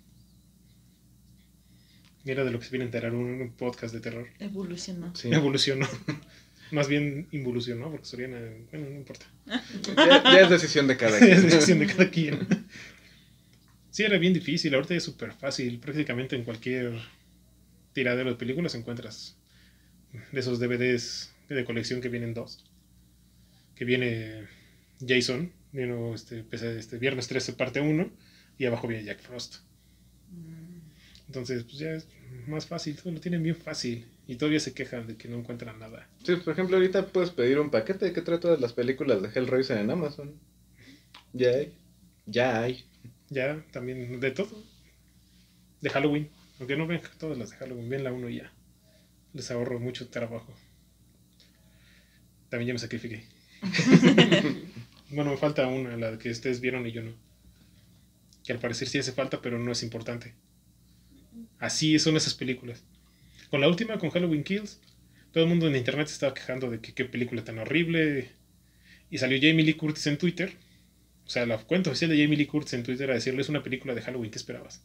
Era de lo que se viene a enterar un podcast de terror. Evolucionó. Sí. Evolucionó. Más bien involucionó, porque Soriana, bueno, no importa. Ya es decisión de cada Es quien. decisión de cada quien. Sí, era bien difícil. Ahorita es súper fácil. Prácticamente en cualquier tiradero de películas encuentras de esos DVDs de colección que vienen dos. Que viene Jason, Viernes 13 parte 1, y abajo viene Jack Frost. Entonces, pues ya es más fácil, todo lo tienen bien fácil. Y todavía se quejan de que no encuentran nada. Sí, por ejemplo, ahorita puedes pedir un paquete que trae todas las películas de Hellraiser en Amazon. Ya hay. Ya hay. Ya, también de todo. De Halloween. Aunque no ven todas las de Halloween, ven la 1 y ya. Les ahorro mucho trabajo. También ya me sacrifiqué. Bueno, me falta una, la que ustedes vieron y yo no. Que al parecer sí hace falta, pero no es importante. Así son esas películas. Con la última, con Halloween Kills, todo el mundo en internet se estaba quejando de que qué película tan horrible. Y salió Jamie Lee Curtis en Twitter. O sea, la cuenta oficial de Jamie Lee Curtis en Twitter a decirle es una película de Halloween, ¿qué esperabas?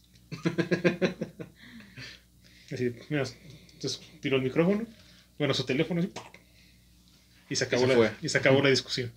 Así, mira, entonces tiró el micrófono, bueno, su teléfono así, y se acabó la discusión.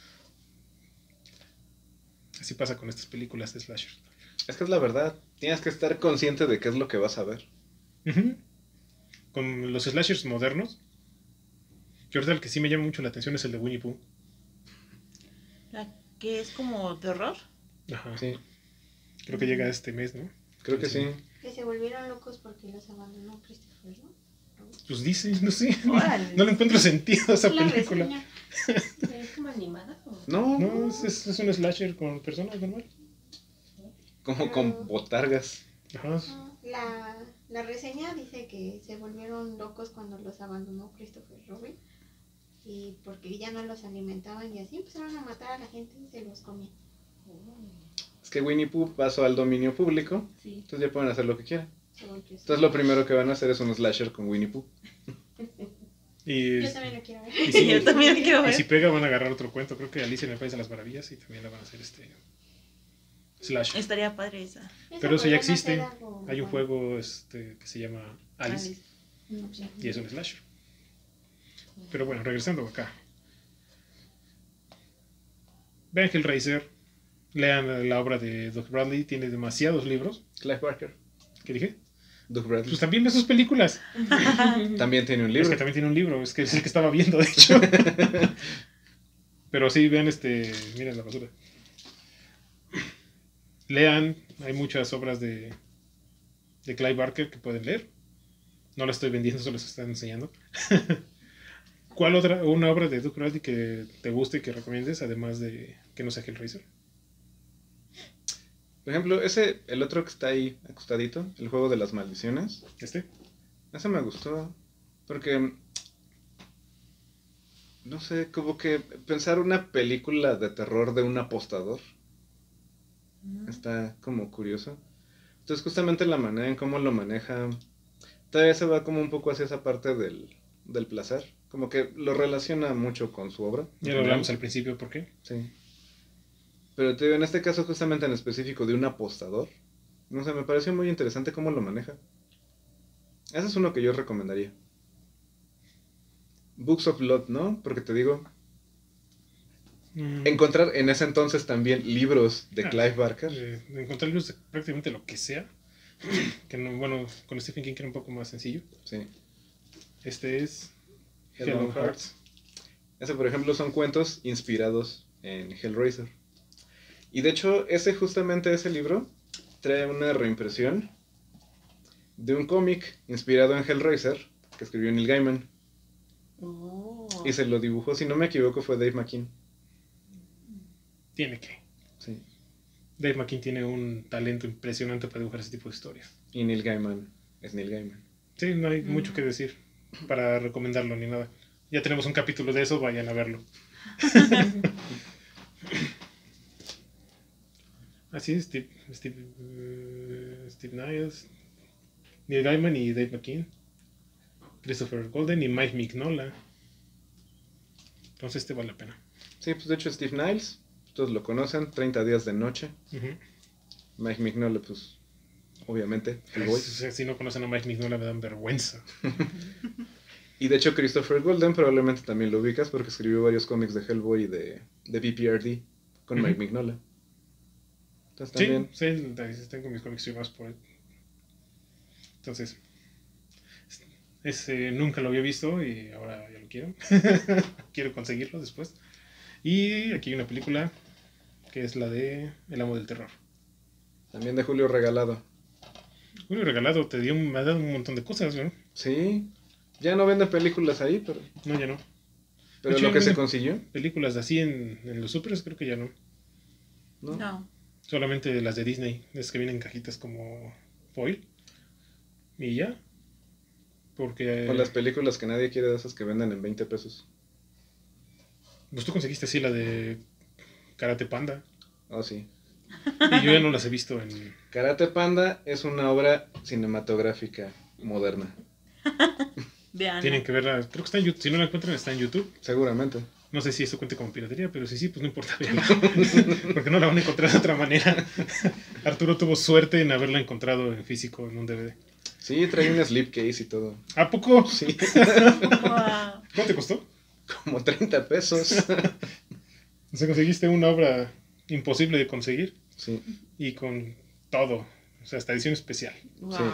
Así pasa con estas películas de slashers. Es que es la verdad. Tienes que estar consciente de qué es lo que vas a ver. Uh-huh. Con los slashers modernos, que ahorita el que sí me llama mucho la atención es el de Winnie Pooh. La que es como terror. Ajá. Sí, Creo que llega este mes, ¿no? creo que sí. Que se volvieron locos porque los abandonó Christopher, ¿no? Pues dice, no sé. Órale. No le encuentro sentido a esa La película. reseña. ¿Es como animada? O... No, No, es un slasher con personas normal. como con botargas. Ajá. No, la reseña dice que se volvieron locos cuando los abandonó Christopher Robin. Y porque ya no los alimentaban y así empezaron a matar a la gente y se los comían. Es que Winnie Pooh pasó al dominio público, Sí. entonces ya pueden hacer lo que quieran. Según yo. Entonces lo primero que van a hacer es un slasher con Winnie Pooh. Y, Yo también lo quiero ver. y si, Yo también quiero y ver. si pega van a agarrar otro cuento. Creo que Alicia en el País de las Maravillas y también la van a hacer slash. Estaría padre esa. Pero eso ya podrían hacer existe. algo Hay un bueno. juego que se llama Alice y es un slasher. Pero bueno, regresando acá. Vean Hellraiser, lean la obra de Doug Bradley, tiene demasiados libros. Clive Barker, ¿Qué dije? Doug Bradley. Pues también ve sus películas. También tiene un Es libro. que también tiene un libro, es que es el que estaba viendo, de hecho. Pero sí, vean miren la basura. Lean, hay muchas obras de Clive Barker que pueden leer. No las estoy vendiendo, solo les estoy enseñando. ¿Cuál otra, una obra de Doug Bradley que te guste y que recomiendes, además de que no sea Hellraiser? Por ejemplo, el otro que está ahí acostadito, el juego de las maldiciones. Ese me gustó. Porque, no sé, como que pensar una película de terror de un apostador está como curioso. Entonces justamente la manera en cómo lo maneja, todavía se va como un poco hacia esa parte del placer. Como que lo relaciona mucho con su obra. Ya lo hablamos al principio, ¿por qué? Sí. Pero te digo, en este caso justamente en específico de un apostador, no sé, me pareció muy interesante cómo lo maneja. Ese es uno que yo recomendaría. Books of Blood, ¿no? Porque te digo, encontrar en ese entonces también libros de Clive Barker. Encontrar libros de prácticamente lo que sea. Que no, bueno, con Stephen King era un poco más sencillo. Sí. Este es Hell on Hearts. Ese, por ejemplo, son cuentos inspirados en Hellraiser. Y de hecho, justamente ese libro trae una reimpresión de un cómic inspirado en Hellraiser que escribió Neil Gaiman. Oh. Y se lo dibujó, si no me equivoco, fue Dave McKean. Tiene que. Sí. Dave McKean tiene un talento impresionante para dibujar ese tipo de historias. Y Neil Gaiman es Neil Gaiman. Sí, no hay mucho que decir para recomendarlo ni nada. Ya tenemos un capítulo de eso, vayan a verlo. Así es, Steve Niles, Neil Gaiman y Dave McKean, Christopher Golden y Mike Mignola. Entonces vale la pena. Sí, pues de hecho Steve Niles, todos lo conocen, 30 días de noche. Ujú. Mike Mignola, pues, obviamente, Hellboy. Si no conocen a Mike Mignola me dan vergüenza. Y de hecho Christopher Golden probablemente también lo ubicas porque escribió varios cómics de Hellboy y de BPRD con Ujú. Mike Mignola. Entonces Sí, también... sí, tengo mis cómics firmados por él. Entonces, ese nunca lo había visto y ahora ya lo quiero. Quiero conseguirlo después. Y aquí hay una película que es la de El Amo del Terror. También de Julio Regalado. Julio Regalado me ha dado un montón de cosas, ¿no? Sí, ya no vende películas ahí, pero No, ya no. pero De hecho, lo que ya se venden consiguió, películas así en los supers creo que ya no. ¿no? No. Solamente las de Disney, es que vienen en cajitas como foil. Y ya. Porque Con las películas que nadie quiere de esas que venden en 20 pesos. pues tú conseguiste así la de Karate Panda. Oh, sí. Y yo ya no las he visto en... Karate Panda es una obra cinematográfica moderna, Vean. Tienen que verla. Creo que está en YouTube. Si no la encuentran, está en YouTube. seguramente. No sé si eso cuente como piratería, pero si sí, pues no importa. Véanla. Porque no la van a encontrar de otra manera. Arturo tuvo suerte en haberla encontrado en físico en un DVD. Sí, trae un slipcase y todo. ¿A poco? Sí, Wow. ¿Cuánto te costó? como 30 pesos. O sea, conseguiste una obra imposible de conseguir Sí, y con todo. O sea, hasta edición especial. Wow.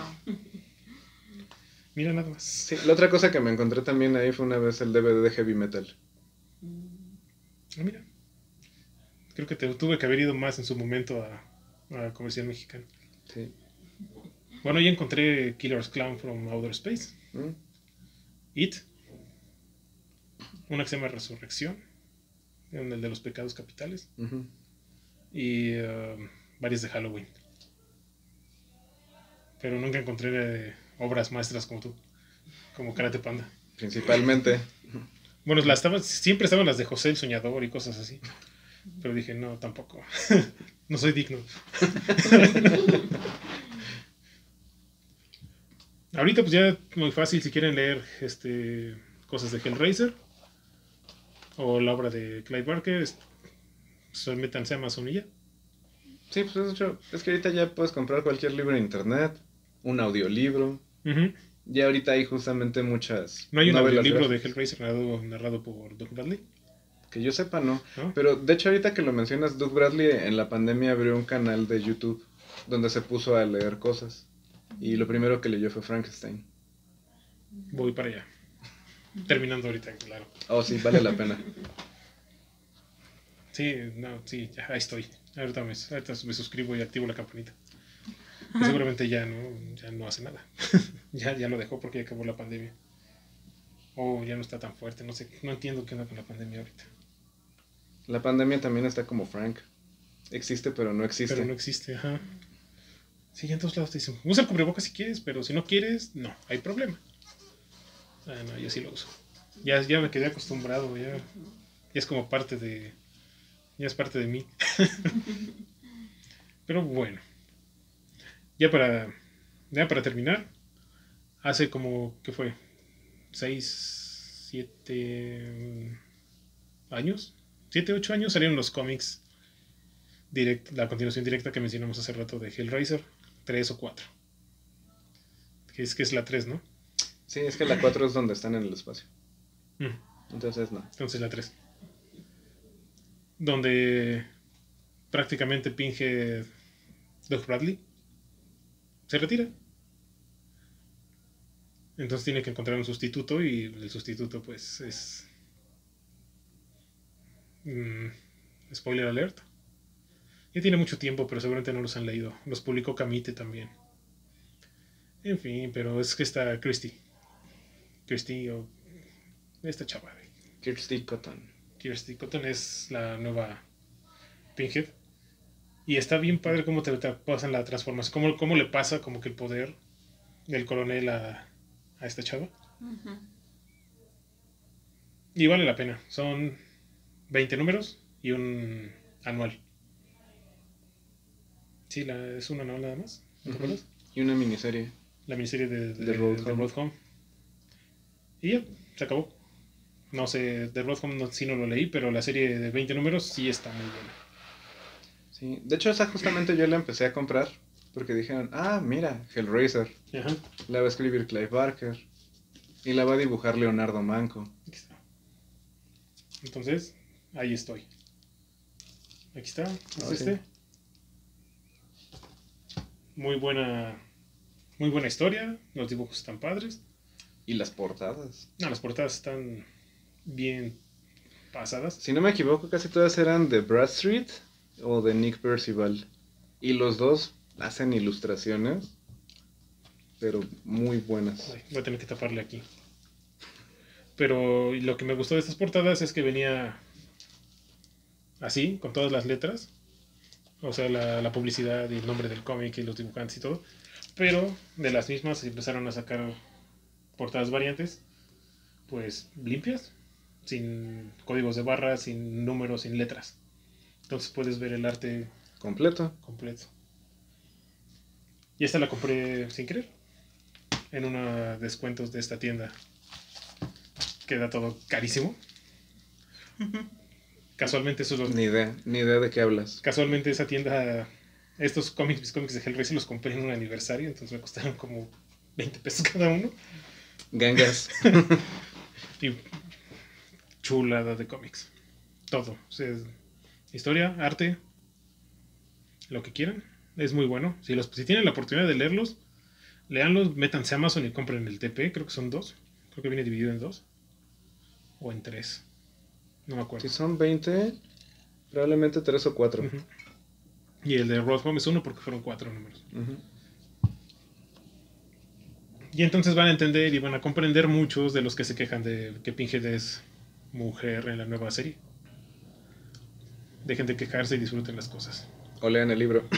Mira nada más. sí. La otra cosa que me encontré también ahí fue una vez el DVD de Heavy Metal. Ah, mira. Creo que tuve que haber ido más en su momento a Comercial Mexicano. Sí. Bueno, ya encontré Killer's Clown from Outer Space. ¿Mm? It. Una que se llama Resurrección. El de los pecados capitales. Ujú. Y varias de Halloween. Pero nunca encontré obras maestras como tú. Como Karate Panda. Principalmente. Bueno, siempre estaban las de José el Soñador y cosas así. Pero dije, no, tampoco. No soy digno. Ahorita pues ya muy fácil si quieren leer cosas de Hellraiser o la obra de Clive Barker, métanse a Amazon y ya. Sí, pues de hecho, es que ahorita ya puedes comprar cualquier libro en internet, un audiolibro. Ujú. Ya ahorita hay justamente muchas No hay un novelas libro de gráficas. Hellraiser narrado por Doug Bradley, Que yo sepa, no. ¿no? Pero de hecho ahorita que lo mencionas, Doug Bradley en la pandemia abrió un canal de YouTube donde se puso a leer cosas. Y lo primero que leyó fue Frankenstein. Voy para allá. Terminando ahorita, claro. Oh, sí, vale la pena. Sí, no, sí, ya, ahí estoy. Ahorita me suscribo y activo la campanita. Que seguramente ya no hace nada. ya lo dejó porque ya acabó la pandemia. O ya no está tan fuerte, no sé, no entiendo qué onda con la pandemia ahorita. La pandemia también está como Frank. Existe, pero no existe. Pero no existe, ajá. Sí, ya en todos lados te dicen, usa el cubrebocas si quieres, pero si no quieres, no, hay problema. Ah, no, yo sí lo uso. Ya me quedé acostumbrado, ya es como ya es parte de mí. Pero bueno, ya para terminar, hace como, ¿qué fue? 6, 7 años, 7, 8 años salieron los cómics, la continuación directa que mencionamos hace rato de Hellraiser, 3 o 4. Que es la 3, ¿no? Sí, es que la 4 es donde están en el espacio. Entonces no. Entonces la 3. Donde prácticamente Pinhead Doug Bradley se retira. Entonces tiene que encontrar un sustituto y el sustituto pues es... spoiler alert. Ya tiene mucho tiempo, pero seguramente no los han leído. Los publicó Camite también. En fin, pero es que está Kirsty o esta chava. Kirsty Cotton. Kirsty Cotton es la nueva Pinhead. Y está bien padre cómo te pasan la transformación. Cómo le pasa como que el poder del coronel a esta chava. Ujú. Y vale la pena. Son 20 números y un anual. Sí, es un anual nada más. ¿No te acuerdas? Y una miniserie. La miniserie de The Road Home. Road Home. Y ya, se acabó. No sé, The Road Home sí no lo leí, pero la serie de 20 números sí está muy buena. Sí, de hecho esa justamente yo la empecé a comprar porque dijeron, ah, mira, Hellraiser, Ajá, la va a escribir Clive Barker y la va a dibujar Leonardo Manco. aquí está. Entonces, ahí estoy. Aquí está, es Ah, este. sí. Muy buena historia, los dibujos están padres. Y las portadas. No, las portadas están bien pasadas. Si no me equivoco, casi todas eran de Bradstreet o de Nick Percival. Y los dos hacen ilustraciones, pero muy buenas. Ay, voy a tener que taparle aquí. Pero lo que me gustó de estas portadas es que venía así, con todas las letras. O sea, la publicidad y el nombre del cómic y los dibujantes y todo. Pero de las mismas se empezaron a sacar portadas variantes, pues limpias, sin códigos de barra, sin números, sin letras. Entonces puedes ver el arte Completo. completo. Y esta la compré sin querer, en unos descuentos de esta tienda. Queda todo carísimo. Casualmente Ni idea de qué hablas. casualmente esa tienda, estos cómics, mis cómics de Hellraiser los compré en un aniversario, entonces me costaron como 20 pesos cada uno. Gangas. Y chulada de cómics. Todo. O sea, historia, arte, lo que quieran. Es muy bueno. Si tienen la oportunidad de leerlos, leanlos, métanse a Amazon y compren el TP. Creo que son 2. Creo que viene dividido en 2. O en 3. No me acuerdo. Si son 20, probablemente 3 o 4. Ujú. Y el de Road Home es 1 porque fueron 4 números. Y entonces van a entender y van a comprender muchos de los que se quejan de que Pinhead es mujer en la nueva serie. Dejen de quejarse y disfruten las cosas. O lean el libro.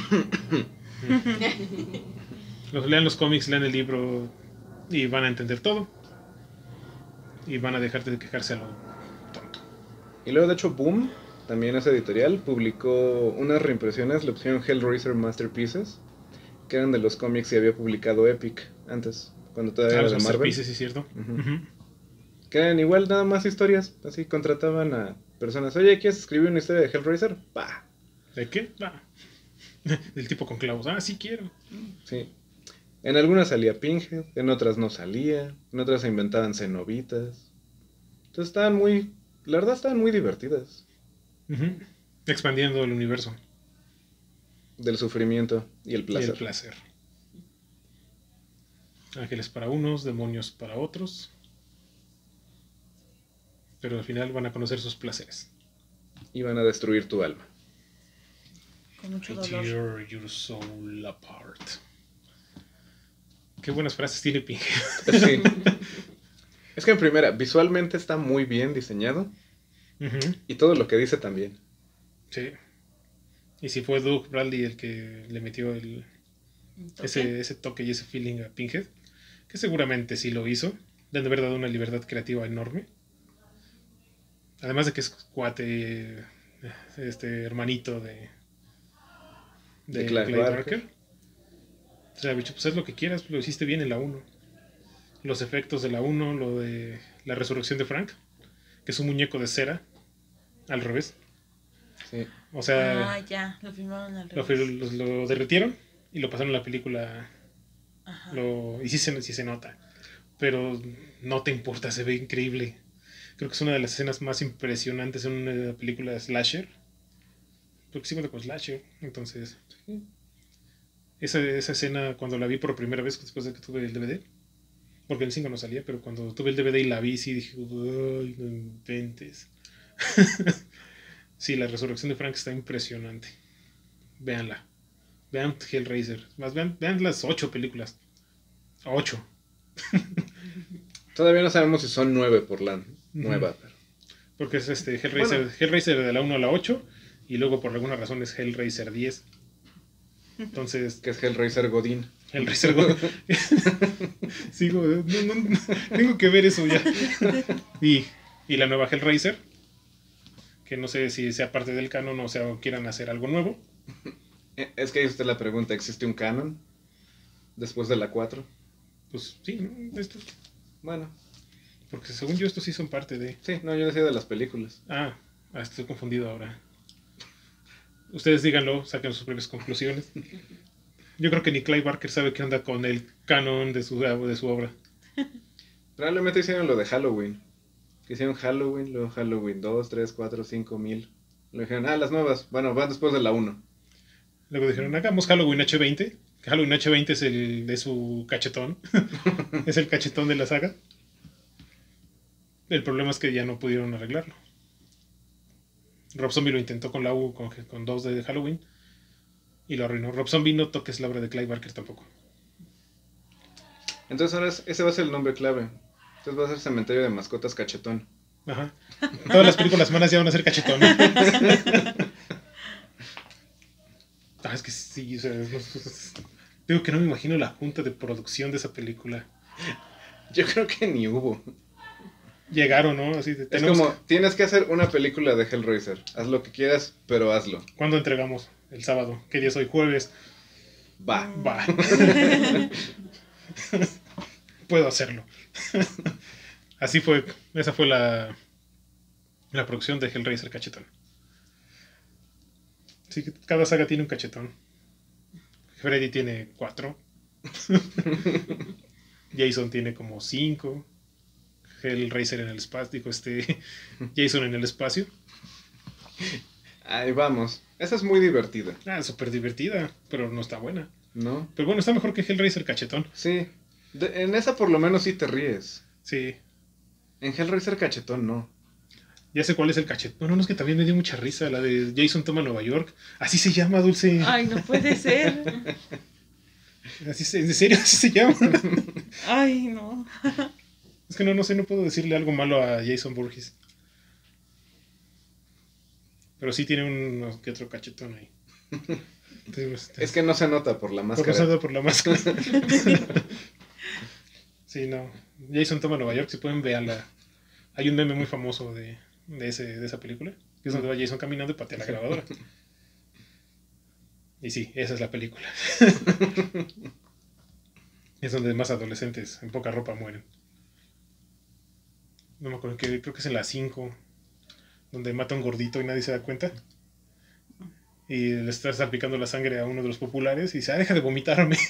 Lean los cómics, lean el libro y van a entender todo. Y van a dejar de quejarse a lo tonto. Y luego, de hecho, Boom, también esa editorial, publicó unas reimpresiones, le pusieron Hellraiser Masterpieces, que eran de los cómics que había publicado Epic antes, cuando todavía era Los de Marvel. Masterpieces, sí, es cierto. Ujú. Ujú. Que eran igual nada más historias, así contrataban a personas, oye, ¿quieres escribir una historia de Hellraiser? ¡Pah! ¿De qué? Va. Del tipo con clavos. Ah, sí quiero. Sí. En algunas salía Pinhead, en otras no salía, en otras se inventaban cenobitas. Entonces la verdad estaban muy divertidas. Ujú. Expandiendo el universo Del sufrimiento y el y placer. el placer. Ángeles para unos, demonios para otros. Pero al final van a conocer sus placeres. Y van a destruir tu alma. Con mucho I dolor. tear your soul apart. Qué buenas frases tiene Pinhead. Sí. Es que en primera, visualmente está muy bien diseñado. Ujú. Y todo lo que dice también. Sí. Y si fue Doug Bradley el que le metió ese toque y ese feeling a Pinhead, que seguramente sí lo hizo, le han de haber dado una libertad creativa enorme. Además de que es cuate, hermanito de Clive Barker. O sea, bicho, pues haz lo que quieras, lo hiciste bien en la 1. Los efectos de la 1, lo de la resurrección de Frank, que es un muñeco de cera, al revés. Sí. O sea, Ah, ya, lo filmaron al lo, revés. lo derritieron y lo pasaron a la película. Ajá. Y sí se nota. Pero no te importa, se ve increíble. Creo que es una de las escenas más impresionantes en una película de slasher. Porque sí cuenta con slasher. Entonces, esa escena cuando la vi por primera vez después de que tuve el DVD. Porque el 5 no salía, pero cuando tuve el DVD y la vi, sí dije, ¡ay, no inventes! Sí, la resurrección de Frank está impresionante. Véanla. Vean Hellraiser. Más vean las 8 películas. 8. Todavía no sabemos si son 9 por la nueva. Pero... Porque es Hellraiser de la 1 a la 8. Y luego por alguna razón es Hellraiser 10. Entonces, Que es Hellraiser Godín. Hellraiser. Sigo, tengo que ver eso ya. Y la nueva Hellraiser, que no sé si sea parte del canon o sea quieran hacer algo nuevo. Es que ahí está la pregunta, ¿existe un canon después de la 4? Pues sí, ¿no? Esto. Bueno, Porque según yo estos sí son parte de... Sí, no, yo decía de las películas. Estoy confundido ahora. Ustedes díganlo, saquen sus propias conclusiones. Yo creo que ni Clive Barker sabe qué onda con el canon de su obra. Probablemente hicieron lo de Halloween. Hicieron Halloween, luego Halloween 2, 3, 4, 5, 1000. Lo dijeron, las nuevas. Bueno, van después de la 1. Luego dijeron, hagamos Halloween H20. Que Halloween H20 es el de su cachetón. Es el cachetón de la saga. El problema es que ya no pudieron arreglarlo. Rob Zombie lo intentó con la U, con 2 de Halloween. Y lo arruinó. Rob Zombie no toques la obra de Clive Barker tampoco. Entonces ahora ese va a ser el nombre clave. Entonces va a ser Cementerio de Mascotas Cachetón. Ajá. Todas las películas malas ya van a ser cachetón. Es que sí, o sea, digo que no me imagino la junta de producción de esa película. Yo creo que ni hubo. Llegaron, ¿no? Así de, Es como, tienes que hacer una película de Hellraiser. Haz lo que quieras, pero hazlo. ¿Cuándo entregamos? El sábado. ¿Qué día es hoy? Jueves. Va. Puedo hacerlo. Así fue. Esa fue la producción de Hellraiser Cachetón. Sí, cada saga tiene un cachetón. Freddy tiene 4. Jason tiene como 5. Hellraiser en el espacio. Jason en el espacio. Ahí vamos. Esa es muy divertida. Súper divertida, pero no está buena. ¿No? Pero bueno, está mejor que Hellraiser Cachetón. Sí. En esa por lo menos sí te ríes. Sí. En Hellraiser Cachetón no. Ya sé cuál es el cachetón. Bueno, no, es que también me dio mucha risa la de Jason toma Nueva York. Así se llama, Dulce. Ay, no puede ser. ¿En serio así se llama? Ay, no. Es que no sé, no puedo decirle algo malo a Jason Voorhees. Pero sí tiene uno que otro cachetón ahí. Entonces, es que no se nota por la máscara. Por la máscara. Sí, no. Jason toma Nueva York, si pueden véanla. Hay un meme muy famoso de esa película, que es donde va Jason caminando y patea la grabadora. Y sí, esa es la película. Es donde más adolescentes en poca ropa mueren. No me acuerdo, creo que es en la 5, donde mata a un gordito y nadie se da cuenta. Y le está salpicando la sangre a uno de los populares y dice, deja de vomitarme.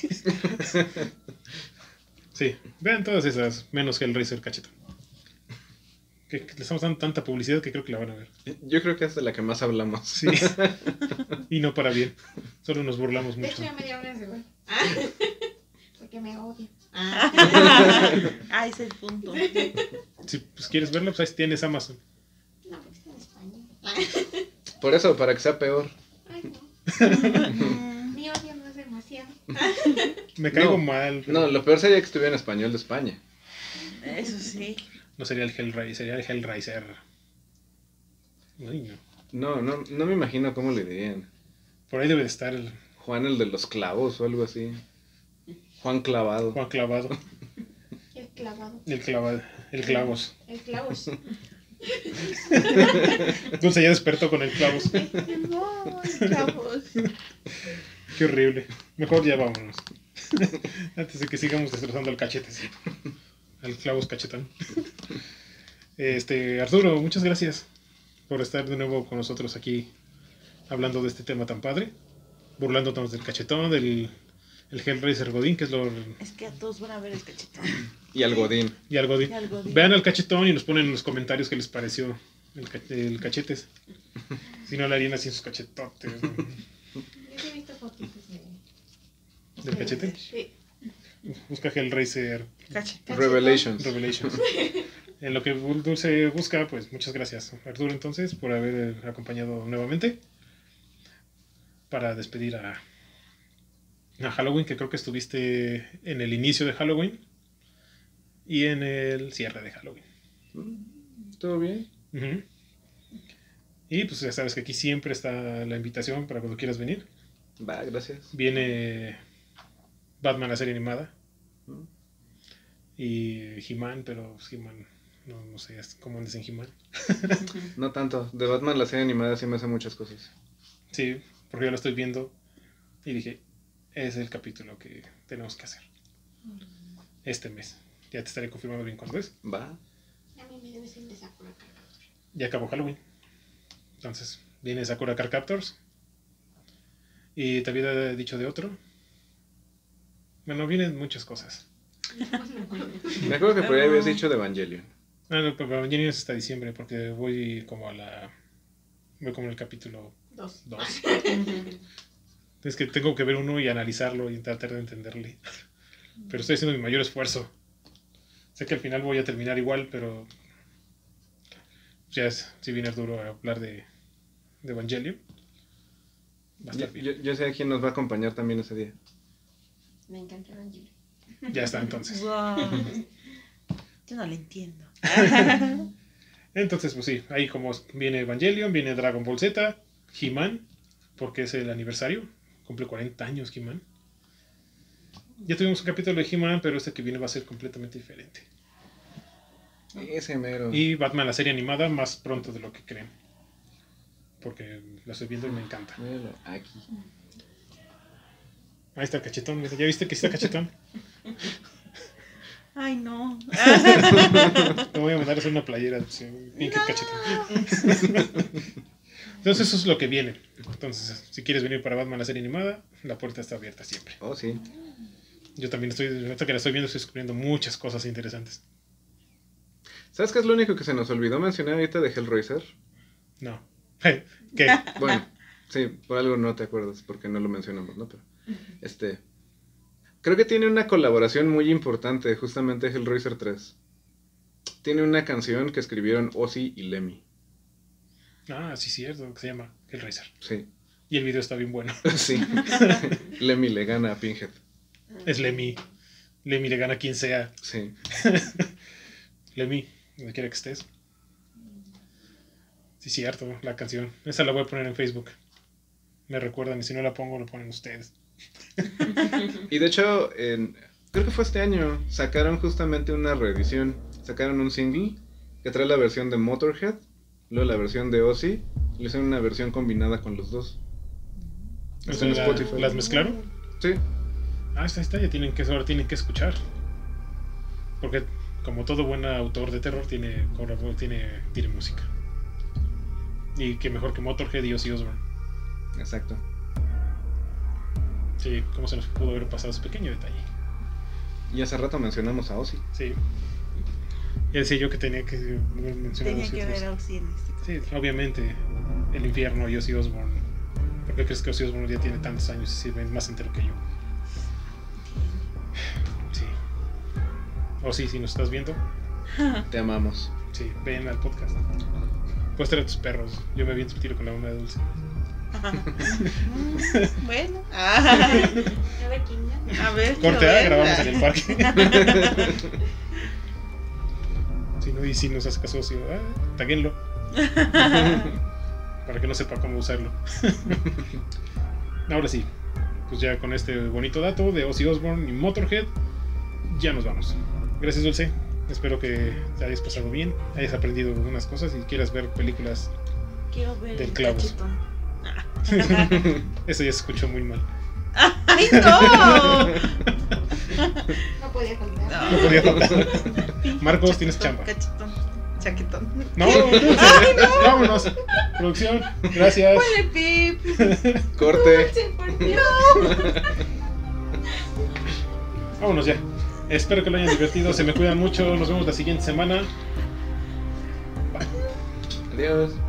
Sí, vean todas esas, menos Hellraiser Cachetón. Que le estamos dando tanta publicidad que creo que la van a ver. Yo creo que es de la que más hablamos. Sí. Y no para bien. Solo nos burlamos De mucho. hecho, ya me dio ganas de ver. Porque me odio. Es el punto. Si pues, quieres verla, pues ahí tienes Amazon. No, porque está en español. Por eso, para que sea peor. Ay, no. Mi odio no es demasiado. Me caigo mal. Pero No, lo peor sería que estuviera en español de España. Eso sí. no sería el Hellraiser, sería el Hellraiser. Ay, no. No me imagino cómo le dirían. Por ahí debe de estar el Juan el de los clavos o algo así. Juan Clavado. Juan Clavado. El clavado. El Clavado. El Clavos. El clavos. Dulce ya despertó con el Clavos. No, chavos. Qué horrible. Mejor ya vámonos. Antes de que sigamos destrozando al cachete, sí. Al Clavos Cachetón. Arturo, muchas gracias por estar de nuevo con nosotros aquí hablando de este tema tan padre. Burlándonos del cachetón, del Hellraiser Godín, que es lo... Es que a todos van a ver el cachetón. Y al Godín. Y al Godín. Y al Godín. Vean al cachetón y nos ponen en los comentarios qué les pareció el cachetes. Si no le harían así en sus cachetotes. ¿no? Yo he visto fotitos ¿Del cachete? Sí. Busca Hellraiser Cachetón. Revelations. Revelations. En lo que Dulce busca, pues muchas gracias, Arturo, entonces, por haber acompañado nuevamente para despedir a Halloween, que creo que estuviste en el inicio de Halloween y en el cierre de Halloween. ¿Todo bien? Uh-huh. Y pues ya sabes que aquí siempre está la invitación para cuando quieras venir. Va, gracias. Viene Batman, la serie animada. Y He-Man, pero He-Man, no sé cómo andes en He-Man. No tanto. De Batman la serie animada sí me hace muchas cosas. Sí, porque yo lo estoy viendo y dije, es el capítulo que tenemos que hacer este mes. Ya te estaré confirmando bien cuándo es. Va. Halloween debe ser el de Sakura Card Captor. Ya acabó Halloween. Entonces, viene Sakura Card Captors. Y te había dicho de otro. Bueno, vienen muchas cosas. Me acuerdo que por ahí habías dicho de Evangelion. Ah, no, pero Evangelion es hasta diciembre, porque voy como en el capítulo 2. 2. Es que tengo que ver uno y analizarlo y tratar de entenderle. Pero estoy haciendo mi mayor esfuerzo. Sé que al final voy a terminar igual, pero ya es, si viene duro a hablar de Evangelion. Va a estar bien. Yo sé a quién nos va a acompañar también ese día. Me encanta Evangelion. Ya está, entonces. Wow. Yo no lo entiendo. Entonces, pues sí, ahí como viene Evangelion, viene Dragon Ball Z, He-Man, porque es el aniversario, cumple 40 años He-Man. Ya tuvimos un capítulo de He-Man, pero este que viene va a ser completamente diferente. Ese mero. Y Batman, la serie animada, más pronto de lo que creen. Porque la estoy viendo y me encanta. Míralo, aquí. Ahí está el cachetón, ¿ya viste que está cachetón? Ay, no. Te voy a mandar a hacer una playera, bien que cachetón. Entonces eso es lo que viene. Entonces, si quieres venir para Batman, la serie animada, la puerta está abierta siempre. Oh, sí. Yo también ahorita que la estoy viendo, estoy descubriendo muchas cosas interesantes. ¿Sabes qué es lo único que se nos olvidó mencionar ahorita de Hellraiser? No. ¿Qué? Bueno, sí, por algo no te acuerdas, porque no lo mencionamos, ¿no? Pero, creo que tiene una colaboración muy importante, justamente Hellraiser 3. Tiene una canción que escribieron Ozzy y Lemmy. Ah, sí, cierto, que se llama Hellraiser. Sí, Y el video está bien bueno. sí. Lemmy le gana a Pinhead. Es Lemmy. Lemmy le gana a quien sea. Sí. Lemmy, donde quiera que estés. Sí, cierto, la canción. Esa la voy a poner en Facebook. Me recuerdan y si no la pongo, lo ponen ustedes. Y de hecho, creo que fue este año, sacaron justamente una reedición. Sacaron un single que trae la versión de Motorhead, luego la versión de Ozzy, y le hicieron una versión combinada con los dos. Está en Spotify. ¿Las mezclaron? Sí. Ah, está, ya ahora tienen que escuchar. Porque como todo buen autor de terror tiene música. Y que mejor que Motorhead y Ozzy Osbourne. Exacto. Sí, cómo se nos pudo haber pasado ese pequeño detalle. Y hace rato mencionamos a Ozzy. Sí. Ya decía yo que tenía que mencionar Tenía Ozzy que otra ver vez. a Ozzy en este caso. Sí, obviamente el infierno y Ozzy Osbourne. ¿Por qué crees que Ozzy Osbourne ya tiene tantos años y sirve más entero que yo? Sí. Ozzy, si nos estás viendo, Te amamos. sí, ven al podcast. Puedes traer a tus perros. Yo me aviento un tiro con la bomba de dulce. Bueno. A ver quién gana. A ver. Corte a A, ver. grabamos en el parque. Si no, y si nos hace caso, taguenlo. Para que no sepa cómo usarlo. Ahora sí, pues ya con este bonito dato de Ozzy Osbourne y Motorhead, ya nos vamos. Gracias, Dulce. Espero que te hayas pasado bien, hayas aprendido algunas cosas y quieras ver películas. Quiero ver Del el clavos. cachetón. Eso ya se escuchó muy mal. ¡Ay, no! No podía faltar. No podía faltar. Marcos, tienes chamba. Cachetón. Chaquetón. No, Dulce, vámonos. Producción, gracias. Ponle pip. Corte. Sí, por Dios. Vámonos ya. Espero que lo hayan divertido. Se me cuidan mucho. Nos vemos la siguiente semana. Adiós.